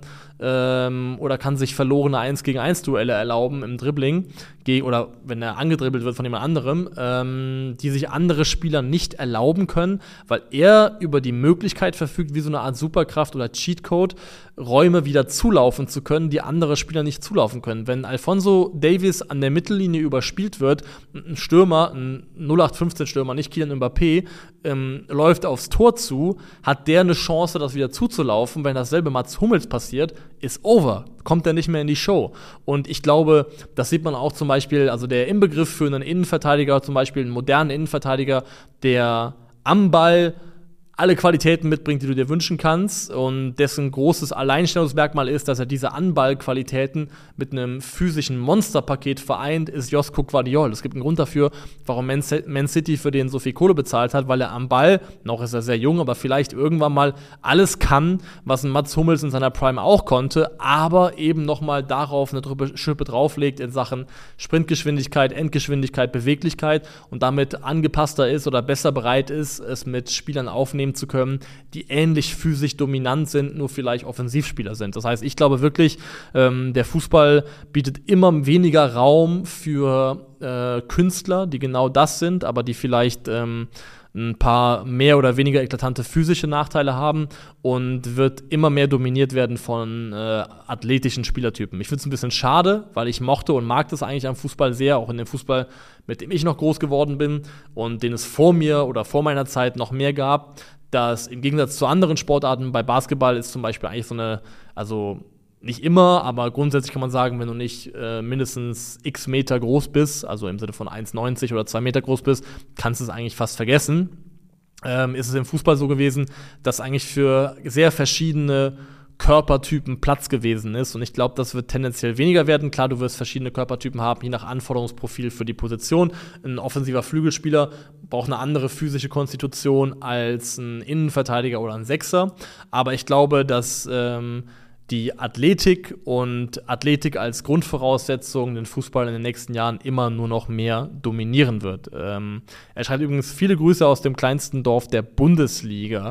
ähm, oder kann sich verlorene eins gegen eins Duelle erlauben im Dribbling ge- oder wenn er angedribbelt wird von jemand anderem, ähm, die sich andere Spieler nicht erlauben können, weil er über die Möglichkeit verfügt, wie so eine Art Superkraft oder Cheatcode, Räume wieder zulaufen zu können, die andere Spieler nicht zulaufen können. Wenn Alphonso Davies an der Mittellinie überspielt wird, ein Stürmer, ein null acht fünfzehn Stürmer, nicht Kylian Mbappé, ähm, läuft aufs Tor zu, hat der eine Chance, das wieder zuzulaufen. Wenn dasselbe Mats Hummels passiert, ist over. Kommt er nicht mehr in die Show. Und ich glaube, das sieht man auch zum Beispiel, also der Inbegriff für einen Innenverteidiger, zum Beispiel einen modernen Innenverteidiger, der am Ball alle Qualitäten mitbringt, die du dir wünschen kannst und dessen großes Alleinstellungsmerkmal ist, dass er diese Anballqualitäten mit einem physischen Monsterpaket vereint, ist Josko Gvardiol. Es gibt einen Grund dafür, warum Man City für den so viel Kohle bezahlt hat, weil er am Ball, noch ist er sehr jung, aber vielleicht irgendwann mal alles kann, was ein Mats Hummels in seiner Prime auch konnte, aber eben nochmal darauf eine Schippe drauflegt in Sachen Sprintgeschwindigkeit, Endgeschwindigkeit, Beweglichkeit und damit angepasster ist oder besser bereit ist, es mit Spielern aufnehmen zu können, die ähnlich physisch dominant sind, nur vielleicht Offensivspieler sind. Das heißt, ich glaube wirklich, ähm, der Fußball bietet immer weniger Raum für äh, Künstler, die genau das sind, aber die vielleicht ähm, ein paar mehr oder weniger eklatante physische Nachteile haben und wird immer mehr dominiert werden von äh, athletischen Spielertypen. Ich finde es ein bisschen schade, weil ich mochte und mag das eigentlich am Fußball sehr, auch in dem Fußball, mit dem ich noch groß geworden bin und den es vor mir oder vor meiner Zeit noch mehr gab, dass im Gegensatz zu anderen Sportarten, bei Basketball ist zum Beispiel eigentlich so eine, also nicht immer, aber grundsätzlich kann man sagen, wenn du nicht äh, mindestens x Meter groß bist, also im Sinne von eins neunzig oder zwei Meter groß bist, kannst du es eigentlich fast vergessen. Ähm, ist es im Fußball so gewesen, dass eigentlich für sehr verschiedene Körpertypen Platz gewesen ist. Und ich glaube, das wird tendenziell weniger werden. Klar, du wirst verschiedene Körpertypen haben, je nach Anforderungsprofil für die Position. Ein offensiver Flügelspieler braucht eine andere physische Konstitution als ein Innenverteidiger oder ein Sechser. Aber ich glaube, dass ähm, die Athletik und Athletik als Grundvoraussetzung den Fußball in den nächsten Jahren immer nur noch mehr dominieren wird. Ähm, er schreibt übrigens viele Grüße aus dem kleinsten Dorf der Bundesliga.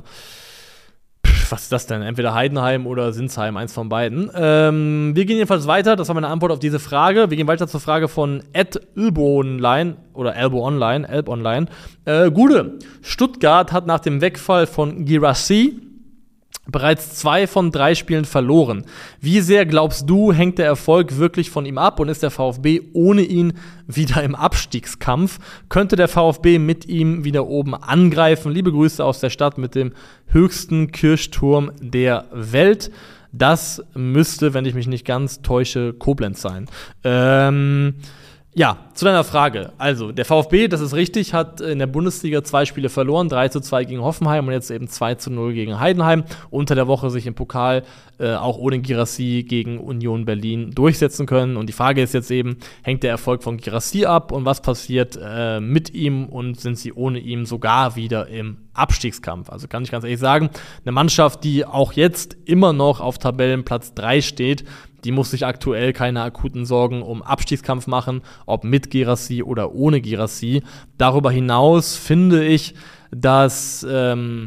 Pff, was ist das denn? Entweder Heidenheim oder Sinsheim, eins von beiden. Ähm, wir gehen jedenfalls weiter. Das war meine Antwort auf diese Frage. Wir gehen weiter zur Frage von Ed Elbo Online oder Elbo Online, Elb Online. Äh, Gude, Stuttgart hat nach dem Wegfall von Guirassy bereits zwei von drei Spielen verloren. Wie sehr glaubst du, hängt der Erfolg wirklich von ihm ab und ist der VfB ohne ihn wieder im Abstiegskampf? Könnte der VfB mit ihm wieder oben angreifen? Liebe Grüße aus der Stadt mit dem höchsten Kirchturm der Welt. Das müsste, wenn ich mich nicht ganz täusche, Koblenz sein. Ähm... Ja, zu deiner Frage. Also, der VfB, das ist richtig, hat in der Bundesliga zwei Spiele verloren, drei zu zwei gegen Hoffenheim und jetzt eben zwei zu null gegen Heidenheim. Unter der Woche sich im Pokal äh, auch ohne Guirassy gegen Union Berlin durchsetzen können. Und die Frage ist jetzt eben, hängt der Erfolg von Guirassy ab und was passiert äh, mit ihm und sind sie ohne ihn sogar wieder im Abstiegskampf? Also kann ich ganz ehrlich sagen, eine Mannschaft, die auch jetzt immer noch auf Tabellenplatz drei steht, die muss sich aktuell keine akuten Sorgen um Abstiegskampf machen, ob mit Guirassy oder ohne Guirassy. Darüber hinaus finde ich, dass ähm,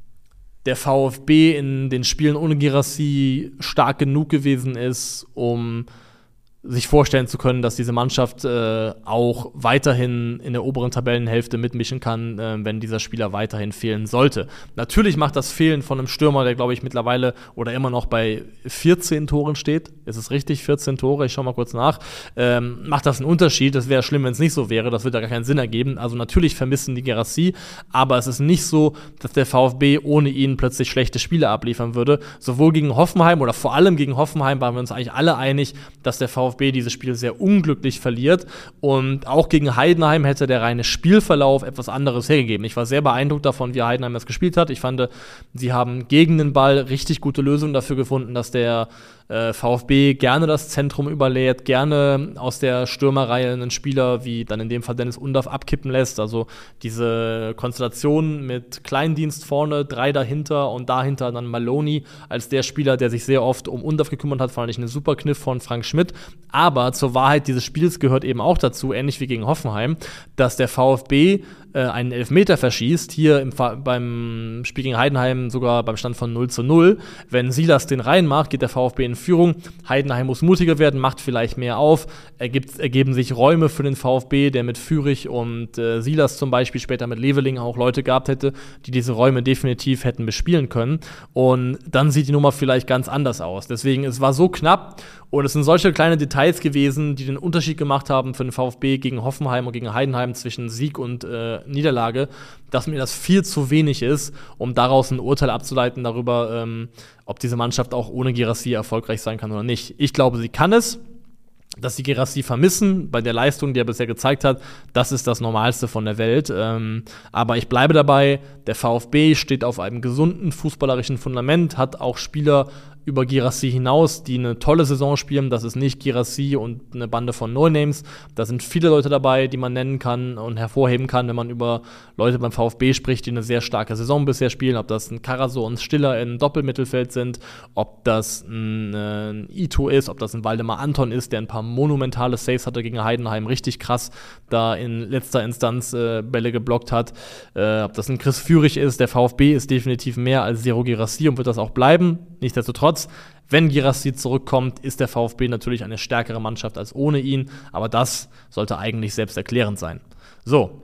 der VfB in den Spielen ohne Guirassy stark genug gewesen ist, um sich vorstellen zu können, dass diese Mannschaft äh, auch weiterhin in der oberen Tabellenhälfte mitmischen kann, äh, wenn dieser Spieler weiterhin fehlen sollte. Natürlich macht das Fehlen von einem Stürmer, der, glaube ich, mittlerweile oder immer noch bei vierzehn Toren steht. Ist es richtig? vierzehn Tore? Ich schaue mal kurz nach. Ähm, macht das einen Unterschied? Das wäre schlimm, wenn es nicht so wäre. Das würde ja gar keinen Sinn ergeben. Also natürlich vermissen die Guirassy, aber es ist nicht so, dass der VfB ohne ihn plötzlich schlechte Spiele abliefern würde. Sowohl gegen Hoffenheim oder vor allem gegen Hoffenheim waren wir uns eigentlich alle einig, dass der VfB dieses Spiel sehr unglücklich verliert und auch gegen Heidenheim hätte der reine Spielverlauf etwas anderes hergegeben. Ich war sehr beeindruckt davon, wie Heidenheim das gespielt hat. Ich fand, sie haben gegen den Ball richtig gute Lösungen dafür gefunden, dass der äh, VfB gerne das Zentrum überlädt, gerne aus der Stürmerreihe einen Spieler wie dann in dem Fall Dennis Undaff abkippen lässt. Also diese Konstellation mit Kleindienst vorne, drei dahinter und dahinter dann Maloney als der Spieler, der sich sehr oft um Undaff gekümmert hat, fand ich eine super Kniff von Frank Schmidt. Aber zur Wahrheit dieses Spiels gehört eben auch dazu, ähnlich wie gegen Hoffenheim, dass der VfB äh, einen Elfmeter verschießt, hier im, beim Spiel gegen Heidenheim sogar beim Stand von null zu null. Wenn Silas den reinmacht, geht der VfB in Führung. Heidenheim muss mutiger werden, macht vielleicht mehr auf. Ergibt, ergeben sich Räume für den VfB, der mit Führig und äh, Silas zum Beispiel später mit Leveling auch Leute gehabt hätte, die diese Räume definitiv hätten bespielen können. Und dann sieht die Nummer vielleicht ganz anders aus. Deswegen, es war so knapp und es sind solche kleine Details gewesen, die den Unterschied gemacht haben für den VfB gegen Hoffenheim und gegen Heidenheim zwischen Sieg und äh, Niederlage, dass mir das viel zu wenig ist, um daraus ein Urteil abzuleiten darüber, ähm, ob diese Mannschaft auch ohne Guirassy erfolgreich sein kann oder nicht. Ich glaube, sie kann es. Dass sie Guirassy vermissen, bei der Leistung, die er bisher gezeigt hat, das ist das Normalste von der Welt. Ähm, aber ich bleibe dabei, der VfB steht auf einem gesunden fußballerischen Fundament, hat auch Spieler über Guirassy hinaus, die eine tolle Saison spielen. Das ist nicht Guirassy und eine Bande von No-Names. Da sind viele Leute dabei, die man nennen kann und hervorheben kann, wenn man über Leute beim VfB spricht, die eine sehr starke Saison bisher spielen. Ob das ein Karasor und Stiller im Doppelmittelfeld sind, ob das ein, äh, ein Ito ist, ob das ein Waldemar Anton ist, der ein paar monumentale Saves hatte gegen Heidenheim, richtig krass, da in letzter Instanz äh, Bälle geblockt hat. Äh, ob das ein Chris Führig ist, der VfB ist definitiv mehr als Zero Guirassy und wird das auch bleiben. Nichtsdestotrotz, wenn Guirassy zurückkommt, ist der VfB natürlich eine stärkere Mannschaft als ohne ihn, aber das sollte eigentlich selbsterklärend sein. So,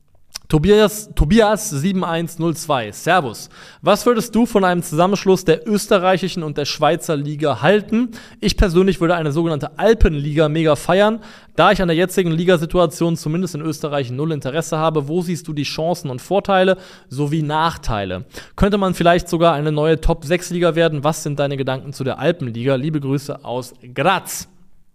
Tobias, Tobias sieben eins null zwei, Servus. Was würdest du von einem Zusammenschluss der österreichischen und der Schweizer Liga halten? Ich persönlich würde eine sogenannte Alpenliga mega feiern. Da ich an der jetzigen Ligasituation zumindest in Österreich null Interesse habe, wo siehst du die Chancen und Vorteile sowie Nachteile? Könnte man vielleicht sogar eine neue Top sechs Liga werden? Was sind deine Gedanken zu der Alpenliga? Liebe Grüße aus Graz.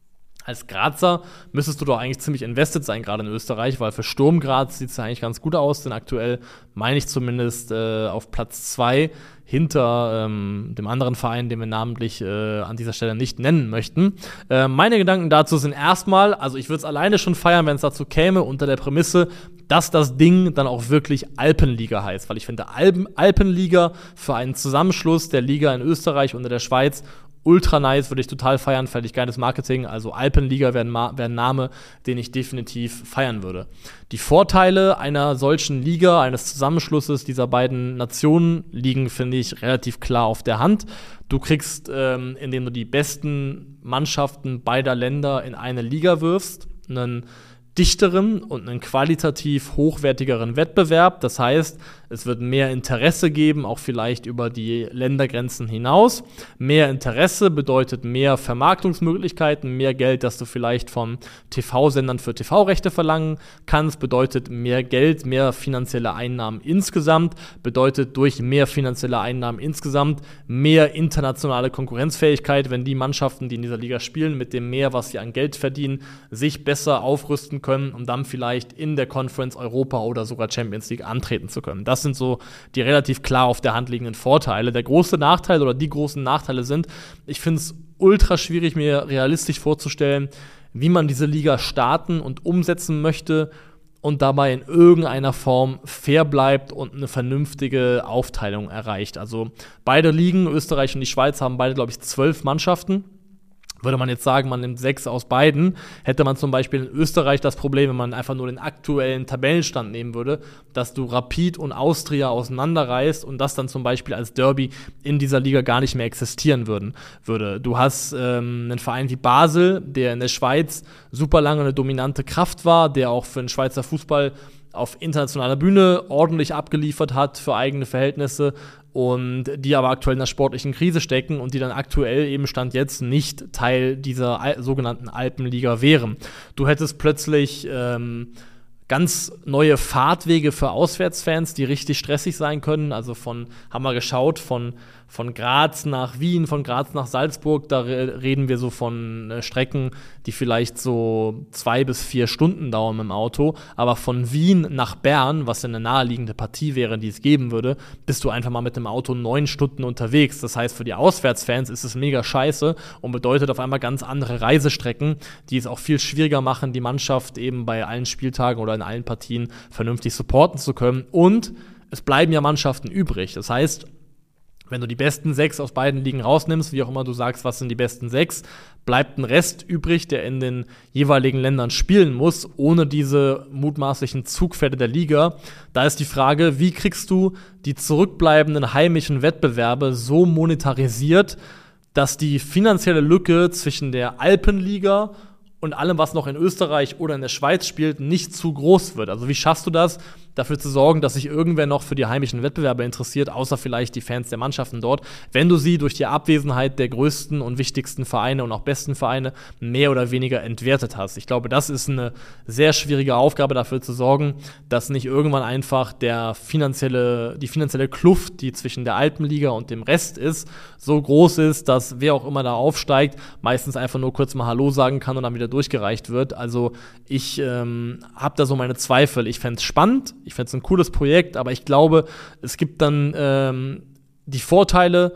Als Grazer müsstest du doch eigentlich ziemlich invested sein, gerade in Österreich, weil für Sturm Graz sieht es ja eigentlich ganz gut aus, denn aktuell meine ich zumindest äh, auf Platz zwei hinter ähm, dem anderen Verein, den wir namentlich äh, an dieser Stelle nicht nennen möchten. Äh, meine Gedanken dazu sind erstmal, also ich würde es alleine schon feiern, wenn es dazu käme, unter der Prämisse, dass das Ding dann auch wirklich Alpenliga heißt, weil ich finde Alpen, Alpenliga für einen Zusammenschluss der Liga in Österreich und in der Schweiz ultra nice, würde ich total feiern, fände ich geiles Marketing. Also Alpenliga wäre ein, wär ein Name, den ich definitiv feiern würde. Die Vorteile einer solchen Liga, eines Zusammenschlusses dieser beiden Nationen liegen, finde ich, relativ klar auf der Hand. Du kriegst, ähm, indem du die besten Mannschaften beider Länder in eine Liga wirfst, einen dichteren und einen qualitativ hochwertigeren Wettbewerb. Das heißt, Es wird mehr Interesse geben, auch vielleicht über die Ländergrenzen hinaus. Mehr Interesse bedeutet mehr Vermarktungsmöglichkeiten, mehr Geld, das du vielleicht von T V-Sendern für T V-Rechte verlangen kannst, bedeutet mehr Geld, mehr finanzielle Einnahmen insgesamt, bedeutet durch mehr finanzielle Einnahmen insgesamt mehr internationale Konkurrenzfähigkeit, wenn die Mannschaften, die in dieser Liga spielen, mit dem mehr, was sie an Geld verdienen, sich besser aufrüsten können, um dann vielleicht in der Conference Europa oder sogar Champions League antreten zu können. Das sind so die relativ klar auf der Hand liegenden Vorteile. Der große Nachteil oder die großen Nachteile sind, ich finde es ultra schwierig, mir realistisch vorzustellen, wie man diese Liga starten und umsetzen möchte und dabei in irgendeiner Form fair bleibt und eine vernünftige Aufteilung erreicht. Also beide Ligen, Österreich und die Schweiz, haben beide, glaube ich, zwölf Mannschaften. Würde man jetzt sagen, man nimmt sechs aus beiden, hätte man zum Beispiel in Österreich das Problem, wenn man einfach nur den aktuellen Tabellenstand nehmen würde, dass du Rapid und Austria auseinanderreißt und das dann zum Beispiel als Derby in dieser Liga gar nicht mehr existieren würden, würde. Du hast ähm, einen Verein wie Basel, der in der Schweiz super lange eine dominante Kraft war, der auch für den Schweizer Fußball auf internationaler Bühne ordentlich abgeliefert hat für eigene Verhältnisse und die aber aktuell in einer sportlichen Krise stecken und die dann aktuell eben Stand jetzt nicht Teil dieser Al- sogenannten Alpenliga wären. Du hättest plötzlich ähm, ganz neue Fahrtwege für Auswärtsfans, die richtig stressig sein können. Also von, haben wir geschaut, von, von Graz nach Wien, von Graz nach Salzburg, da re- reden wir so von äh, Strecken, die vielleicht so zwei bis vier Stunden dauern im Auto. Aber von Wien nach Bern, was eine naheliegende Partie wäre, die es geben würde, bist du einfach mal mit dem Auto neun Stunden unterwegs. Das heißt, für die Auswärtsfans ist es mega scheiße und bedeutet auf einmal ganz andere Reisestrecken, die es auch viel schwieriger machen, die Mannschaft eben bei allen Spieltagen oder in allen Partien vernünftig supporten zu können. Und es bleiben ja Mannschaften übrig. Das heißt, wenn du die besten sechs aus beiden Ligen rausnimmst, wie auch immer du sagst, was sind die besten sechs, bleibt ein Rest übrig, der in den jeweiligen Ländern spielen muss, ohne diese mutmaßlichen Zugpferde der Liga. Da ist die Frage, wie kriegst du die zurückbleibenden heimischen Wettbewerbe so monetarisiert, dass die finanzielle Lücke zwischen der Alpenliga und allem, was noch in Österreich oder in der Schweiz spielt, nicht zu groß wird. Also wie schaffst du das, dafür zu sorgen, dass sich irgendwer noch für die heimischen Wettbewerbe interessiert, außer vielleicht die Fans der Mannschaften dort, wenn du sie durch die Abwesenheit der größten und wichtigsten Vereine und auch besten Vereine mehr oder weniger entwertet hast. Ich glaube, das ist eine sehr schwierige Aufgabe, dafür zu sorgen, dass nicht irgendwann einfach der finanzielle, die finanzielle Kluft, die zwischen der Alpenliga und dem Rest ist, so groß ist, dass wer auch immer da aufsteigt, meistens einfach nur kurz mal Hallo sagen kann und dann wieder durchgereicht wird. Also ich ähm, habe da so meine Zweifel. Ich fände es spannend, ich fände es ein cooles Projekt, aber ich glaube, es gibt dann ähm, die Vorteile,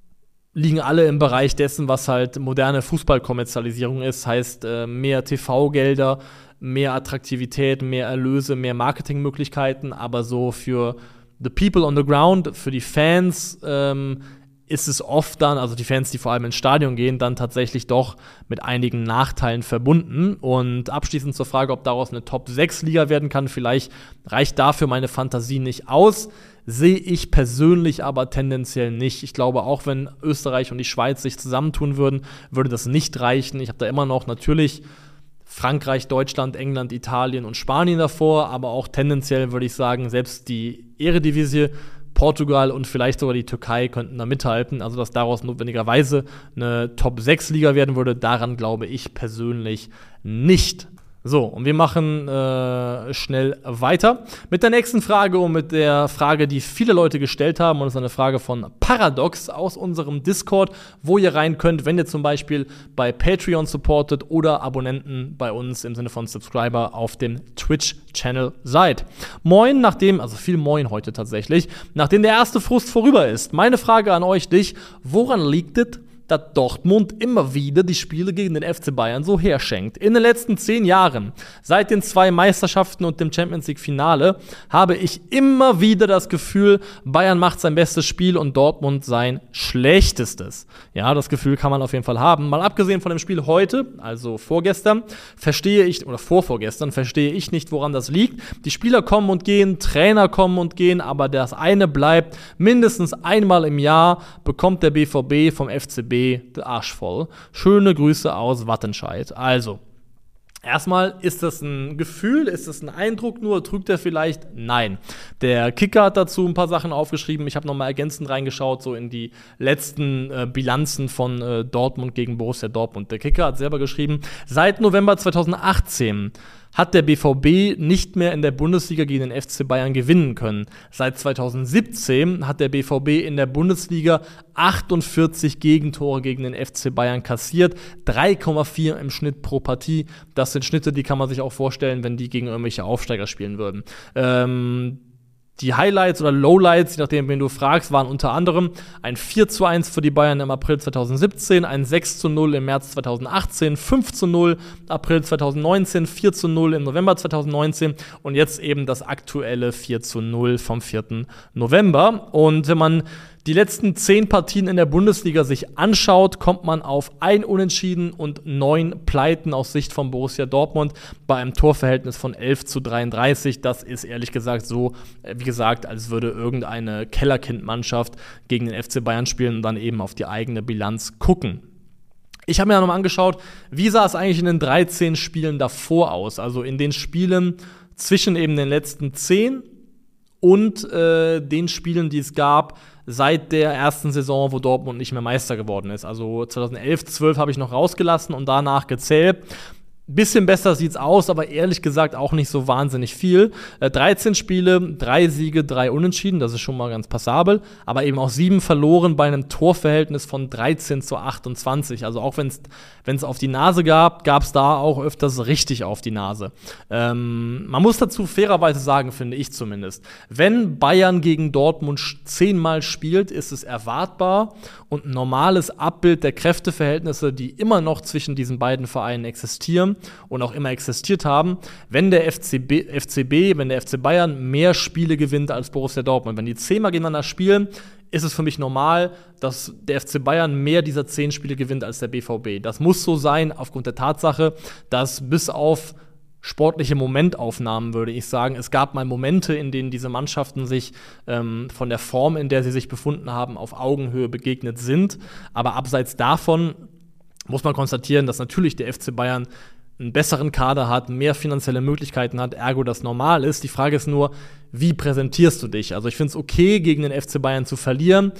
liegen alle im Bereich dessen, was halt moderne Fußballkommerzialisierung ist. Heißt, äh, mehr T V-Gelder, mehr Attraktivität, mehr Erlöse, mehr Marketingmöglichkeiten, aber so für the people on the ground, für die Fans, ähm, ist es oft dann, also die Fans, die vor allem ins Stadion gehen, dann tatsächlich doch mit einigen Nachteilen verbunden. Und abschließend zur Frage, ob daraus eine Top sechs Liga werden kann, vielleicht reicht dafür meine Fantasie nicht aus, sehe ich persönlich aber tendenziell nicht. Ich glaube, auch wenn Österreich und die Schweiz sich zusammentun würden, würde das nicht reichen. Ich habe da immer noch natürlich Frankreich, Deutschland, England, Italien und Spanien davor, aber auch tendenziell würde ich sagen, selbst die Eredivisie, Portugal und vielleicht sogar die Türkei könnten da mithalten. Also, dass daraus notwendigerweise eine Top sechs Liga werden würde, daran glaube ich persönlich nicht. So, und wir machen äh, schnell weiter mit der nächsten Frage und mit der Frage, die viele Leute gestellt haben. Und das ist eine Frage von Paradox aus unserem Discord, wo ihr rein könnt, wenn ihr zum Beispiel bei Patreon supportet oder Abonnenten bei uns im Sinne von Subscriber auf dem Twitch-Channel seid. Moin, nachdem, also viel Moin heute tatsächlich, nachdem der erste Frust vorüber ist. Meine Frage an euch, dich, woran liegt es, dass Dortmund immer wieder die Spiele gegen den F C Bayern so herschenkt? In den letzten zehn Jahren, seit den zwei Meisterschaften und dem Champions-League-Finale, habe ich immer wieder das Gefühl, Bayern macht sein bestes Spiel und Dortmund sein schlechtestes. Ja, das Gefühl kann man auf jeden Fall haben. Mal abgesehen von dem Spiel heute, also vorgestern, verstehe ich, oder vorvorgestern, verstehe ich nicht, woran das liegt. Die Spieler kommen und gehen, Trainer kommen und gehen, aber das eine bleibt, mindestens einmal im Jahr bekommt der B V B vom F C B der Arsch voll. Schöne Grüße aus Wattenscheid. Also, Erstmal, ist das ein Gefühl, ist das ein Eindruck nur, trügt er vielleicht? Nein. Der Kicker hat dazu ein paar Sachen aufgeschrieben. Ich habe noch mal ergänzend reingeschaut, so in die letzten äh, Bilanzen von äh, Dortmund gegen Borussia Dortmund. Der Kicker hat selber geschrieben, seit November zweitausendachtzehn hat der B V B nicht mehr in der Bundesliga gegen den F C Bayern gewinnen können. Seit zweitausendsiebzehn hat der B V B in der Bundesliga achtundvierzig Gegentore gegen den F C Bayern kassiert, drei Komma vier im Schnitt pro Partie. Das sind Schnitte, die kann man sich auch vorstellen, wenn die gegen irgendwelche Aufsteiger spielen würden. Ähm Die Highlights oder Lowlights, je nachdem, wen du fragst, waren unter anderem ein vier zu eins für die Bayern im April zweitausendsiebzehn, ein sechs zu null im März zweitausendachtzehn, fünf zu null April zweitausendneunzehn, vier zu null im November zweitausendneunzehn und jetzt eben das aktuelle vier zu null vom vierten November. Und wenn man die letzten zehn Partien in der Bundesliga sich anschaut, kommt man auf ein Unentschieden und neun Pleiten aus Sicht von Borussia Dortmund bei einem Torverhältnis von elf zu dreiunddreißig. Das ist ehrlich gesagt so, wie gesagt, als würde irgendeine Kellerkind-Mannschaft gegen den F C Bayern spielen und dann eben auf die eigene Bilanz gucken. Ich habe mir ja nochmal angeschaut, wie sah es eigentlich in den dreizehn Spielen davor aus? Also in den Spielen zwischen eben den letzten zehn und äh, den Spielen, die es gab seit der ersten Saison, wo Dortmund nicht mehr Meister geworden ist. Also zweitausendelf, zwölf habe ich noch rausgelassen und danach gezählt. Bisschen besser sieht's aus, aber ehrlich gesagt auch nicht so wahnsinnig viel. Äh, dreizehn Spiele, drei Siege, drei Unentschieden, das ist schon mal ganz passabel. Aber eben auch sieben verloren bei einem Torverhältnis von dreizehn zu achtundzwanzig. Also auch wenn es auf die Nase gab, gab es da auch öfters richtig auf die Nase. Ähm, man muss dazu fairerweise sagen, finde ich zumindest, wenn Bayern gegen Dortmund zehnmal spielt, ist es erwartbar und ein normales Abbild der Kräfteverhältnisse, die immer noch zwischen diesen beiden Vereinen existieren und auch immer existiert haben, wenn der F C B, F C B, wenn der F C Bayern mehr Spiele gewinnt als Borussia Dortmund. Wenn die zehnmal gegeneinander spielen, ist es für mich normal, dass der F C Bayern mehr dieser zehn Spiele gewinnt als der B V B. Das muss so sein, aufgrund der Tatsache, dass bis auf sportliche Momentaufnahmen, würde ich sagen. Es gab mal Momente, in denen diese Mannschaften sich ähm, von der Form, in der sie sich befunden haben, auf Augenhöhe begegnet sind. Aber abseits davon muss man konstatieren, dass natürlich der F C Bayern einen besseren Kader hat, mehr finanzielle Möglichkeiten hat, ergo das normal ist. Die Frage ist nur, wie präsentierst du dich? Also ich finde es okay, gegen den F C Bayern zu verlieren,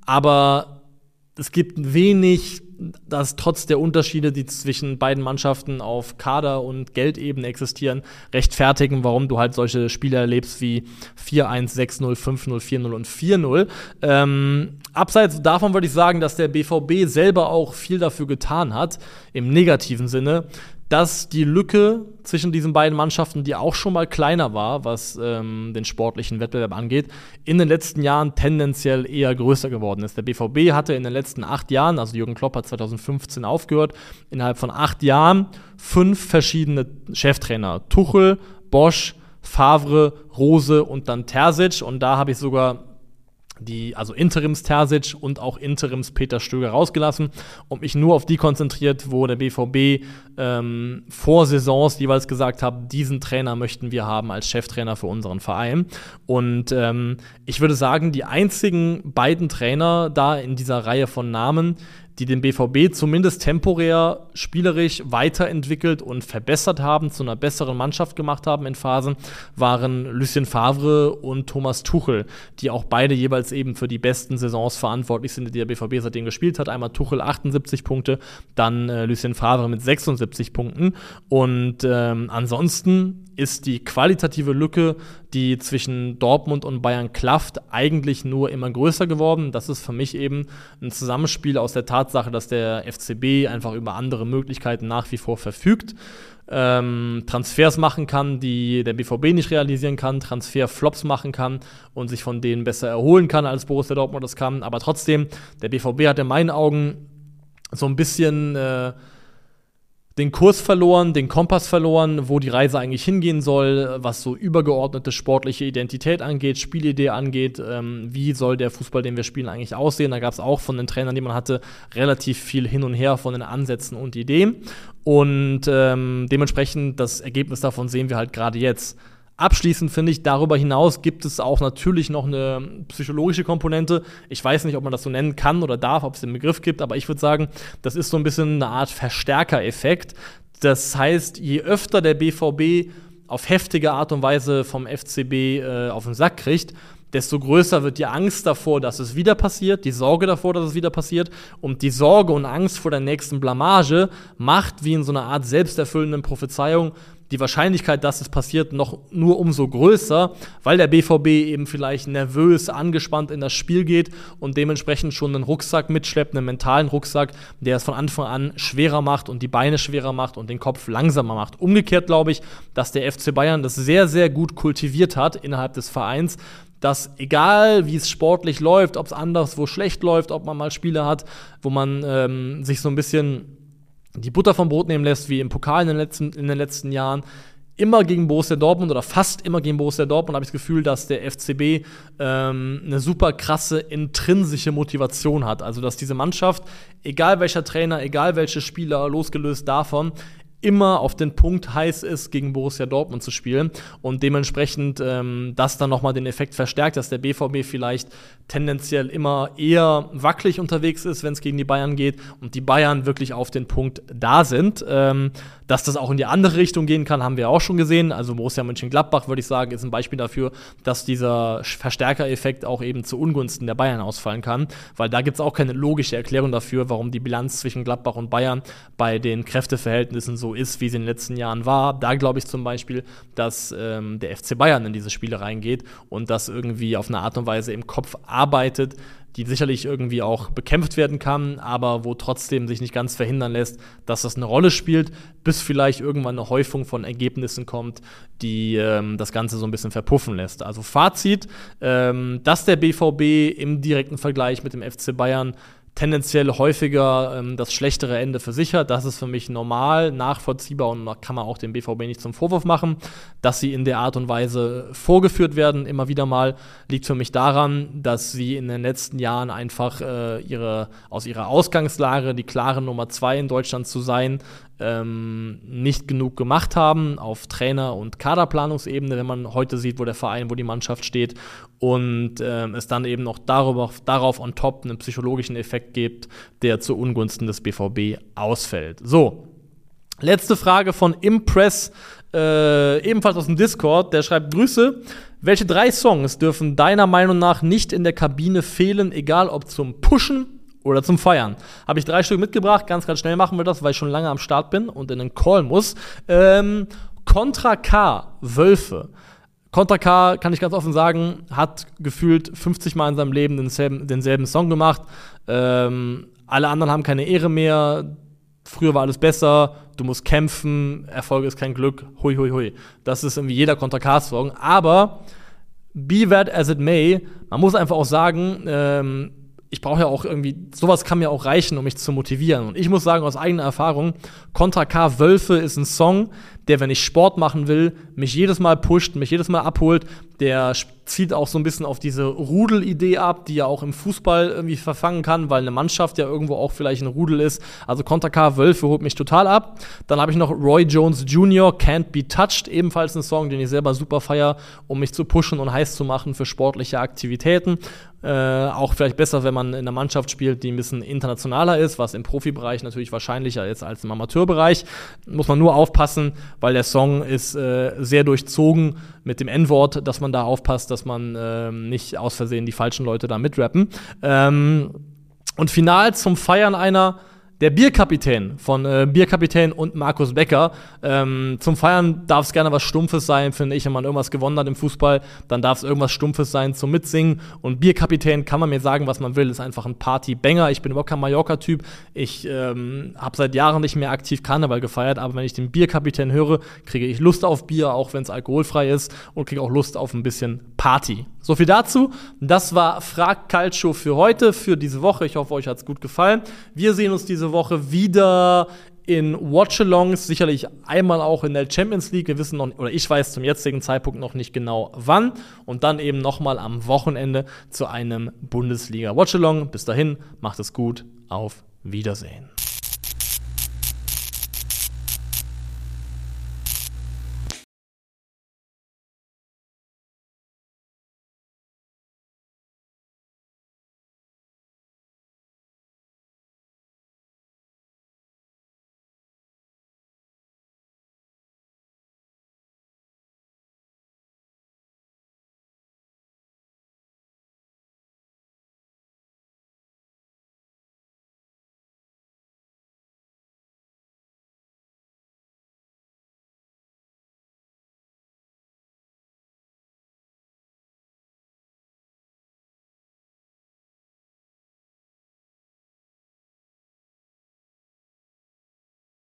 aber es gibt wenig, dass trotz der Unterschiede, die zwischen beiden Mannschaften auf Kader- und Geldebene existieren, rechtfertigen, warum du halt solche Spiele erlebst wie vier eins, sechs null, fünf null, vier null und vier null. Ähm, abseits davon würde ich sagen, dass der B V B selber auch viel dafür getan hat, im negativen Sinne, dass die Lücke zwischen diesen beiden Mannschaften, die auch schon mal kleiner war, was ähm, den sportlichen Wettbewerb angeht, in den letzten Jahren tendenziell eher größer geworden ist. Der B V B hatte in den letzten acht Jahren, also Jürgen Klopp hat zweitausendfünfzehn aufgehört, innerhalb von acht Jahren fünf verschiedene Cheftrainer. Tuchel, Bosch, Favre, Rose und dann Terzic. Und da habe ich sogar die, also Interims Terzic und auch Interims Peter Stöger rausgelassen und mich nur auf die konzentriert, wo der B V B ähm, vor Saisons jeweils gesagt hat, diesen Trainer möchten wir haben als Cheftrainer für unseren Verein. Und ähm, ich würde sagen, die einzigen beiden Trainer da in dieser Reihe von Namen, die den B V B zumindest temporär spielerisch weiterentwickelt und verbessert haben, zu einer besseren Mannschaft gemacht haben in Phasen, waren Lucien Favre und Thomas Tuchel, die auch beide jeweils eben für die besten Saisons verantwortlich sind, die der B V B seitdem gespielt hat. Einmal Tuchel achtundsiebzig Punkte, dann äh, Lucien Favre mit sechsundsiebzig Punkten. Und ähm, ansonsten ist die qualitative Lücke, die zwischen Dortmund und Bayern klafft, eigentlich nur immer größer geworden. Das ist für mich eben ein Zusammenspiel aus der Tatsache, dass der F C B einfach über andere Möglichkeiten nach wie vor verfügt, ähm, Transfers machen kann, die der B V B nicht realisieren kann, Transferflops machen kann und sich von denen besser erholen kann, als Borussia Dortmund das kann. Aber trotzdem, der B V B hat in meinen Augen so ein bisschen äh, den Kurs verloren, den Kompass verloren, wo die Reise eigentlich hingehen soll, was so übergeordnete sportliche Identität angeht, Spielidee angeht, ähm, wie soll der Fußball, den wir spielen, eigentlich aussehen. Da gab es auch von den Trainern, die man hatte, relativ viel hin und her von den Ansätzen und Ideen. Und ähm, dementsprechend, das Ergebnis davon sehen wir halt gerade jetzt. Abschließend finde ich, darüber hinaus gibt es auch natürlich noch eine psychologische Komponente. Ich weiß nicht, ob man das so nennen kann oder darf, ob es den Begriff gibt, aber ich würde sagen, das ist so ein bisschen eine Art Verstärkereffekt. Das heißt, je öfter der B V B auf heftige Art und Weise vom F C B äh, auf den Sack kriegt, desto größer wird die Angst davor, dass es wieder passiert, die Sorge davor, dass es wieder passiert. Und die Sorge und Angst vor der nächsten Blamage macht wie in so einer Art selbsterfüllenden Prophezeiung die Wahrscheinlichkeit, dass es passiert, noch nur umso größer, weil der B V B eben vielleicht nervös, angespannt in das Spiel geht und dementsprechend schon einen Rucksack mitschleppt, einen mentalen Rucksack, der es von Anfang an schwerer macht und die Beine schwerer macht und den Kopf langsamer macht. Umgekehrt glaube ich, dass der F C Bayern das sehr, sehr gut kultiviert hat innerhalb des Vereins, dass egal wie es sportlich läuft, ob es anderswo schlecht läuft, ob man mal Spiele hat, wo man ähm, sich so ein bisschen die Butter vom Brot nehmen lässt, wie im Pokal in den letzten, in den letzten Jahren, immer gegen Borussia Dortmund oder fast immer gegen Borussia Dortmund habe ich das Gefühl, dass der F C B ähm, eine super krasse intrinsische Motivation hat. Also, dass diese Mannschaft, egal welcher Trainer, egal welche Spieler, losgelöst davon, immer auf den Punkt heiß ist, gegen Borussia Dortmund zu spielen und dementsprechend ähm, das dann nochmal den Effekt verstärkt, dass der B V B vielleicht tendenziell immer eher wackelig unterwegs ist, wenn es gegen die Bayern geht und die Bayern wirklich auf den Punkt da sind. Ähm, dass das auch in die andere Richtung gehen kann, haben wir auch schon gesehen. Also Borussia Mönchengladbach, würde ich sagen, ist ein Beispiel dafür, dass dieser Verstärkereffekt auch eben zu Ungunsten der Bayern ausfallen kann, weil da gibt es auch keine logische Erklärung dafür, warum die Bilanz zwischen Gladbach und Bayern bei den Kräfteverhältnissen so ist, wie sie in den letzten Jahren war. Da glaube ich zum Beispiel, dass ähm, der F C Bayern in diese Spiele reingeht und das irgendwie auf eine Art und Weise im Kopf arbeitet, die sicherlich irgendwie auch bekämpft werden kann, aber wo trotzdem sich nicht ganz verhindern lässt, dass das eine Rolle spielt, bis vielleicht irgendwann eine Häufung von Ergebnissen kommt, die ähm, das Ganze so ein bisschen verpuffen lässt. Also Fazit, ähm, dass der B V B im direkten Vergleich mit dem F C Bayern tendenziell häufiger ähm, das schlechtere Ende für sich hat. Das ist für mich normal, nachvollziehbar und da kann man auch dem B V B nicht zum Vorwurf machen. Dass sie in der Art und Weise vorgeführt werden, immer wieder mal, liegt für mich daran, dass sie in den letzten Jahren einfach äh, ihre, aus ihrer Ausgangslage, die klare Nummer zwei in Deutschland zu sein, ähm, nicht genug gemacht haben auf Trainer- und Kaderplanungsebene, wenn man heute sieht, wo der Verein, wo die Mannschaft steht und ähm, es dann eben noch darüber, darauf on top einen psychologischen Effekt gibt, der zu Ungunsten des B V B ausfällt. So, letzte Frage von Impress, äh, ebenfalls aus dem Discord, der schreibt: Grüße, welche drei Songs dürfen deiner Meinung nach nicht in der Kabine fehlen, egal ob zum Pushen oder zum Feiern? Habe ich drei Stück mitgebracht, ganz, ganz schnell machen wir das, weil ich schon lange am Start bin und in den Call muss. Ähm, Contra K, Wölfe. Contra K, kann ich ganz offen sagen, hat gefühlt fünfzig Mal in seinem Leben denselben, denselben Song gemacht. Ähm, alle anderen haben keine Ehre mehr. Früher war alles besser. Du musst kämpfen. Erfolg ist kein Glück. Hui, hui, hui. Das ist irgendwie jeder Contra K-Song. Aber be that as it may, man muss einfach auch sagen, ähm, ich brauche ja auch irgendwie, sowas kann mir auch reichen, um mich zu motivieren. Und ich muss sagen, aus eigener Erfahrung, Contra K Wölfe ist ein Song, der, wenn ich Sport machen will, mich jedes Mal pusht, mich jedes Mal abholt. Der zielt auch so ein bisschen auf diese Rudelidee ab, die ja auch im Fußball irgendwie verfangen kann, weil eine Mannschaft ja irgendwo auch vielleicht ein Rudel ist. Also Contra K Wölfe holt mich total ab. Dann habe ich noch Roy Jones Junior Can't Be Touched, ebenfalls ein Song, den ich selber super feiere, um mich zu pushen und heiß zu machen für sportliche Aktivitäten. Äh, auch vielleicht besser, wenn man in einer Mannschaft spielt, die ein bisschen internationaler ist, was im Profibereich natürlich wahrscheinlicher ist als im Amateurbereich. Muss man nur aufpassen, weil der Song ist äh, sehr durchzogen mit dem N-Wort, dass man da aufpasst, dass man äh, nicht aus Versehen die falschen Leute da mitrappen. Ähm, und final zum Feiern einer der Bierkapitän von äh, Bierkapitän und Markus Becker. Ähm, zum Feiern darf es gerne was Stumpfes sein, finde ich. Wenn man irgendwas gewonnen hat im Fußball, dann darf es irgendwas Stumpfes sein zum Mitsingen. Und Bierkapitän, kann man mir sagen, was man will, ist einfach ein Party-Banger. Ich bin überhaupt kein Mallorca-Typ. Ich ähm, habe seit Jahren nicht mehr aktiv Karneval gefeiert, aber wenn ich den Bierkapitän höre, kriege ich Lust auf Bier, auch wenn es alkoholfrei ist, und kriege auch Lust auf ein bisschen Party. So viel dazu. Das war Frag Calcio für heute, für diese Woche. Ich hoffe, euch hat es gut gefallen. Wir sehen uns diese Woche wieder in Watchalongs, sicherlich einmal auch in der Champions League. Wir wissen noch, oder ich weiß zum jetzigen Zeitpunkt noch nicht genau wann. Und dann eben nochmal am Wochenende zu einem Bundesliga-Watchalong. Bis dahin, macht es gut. Auf Wiedersehen.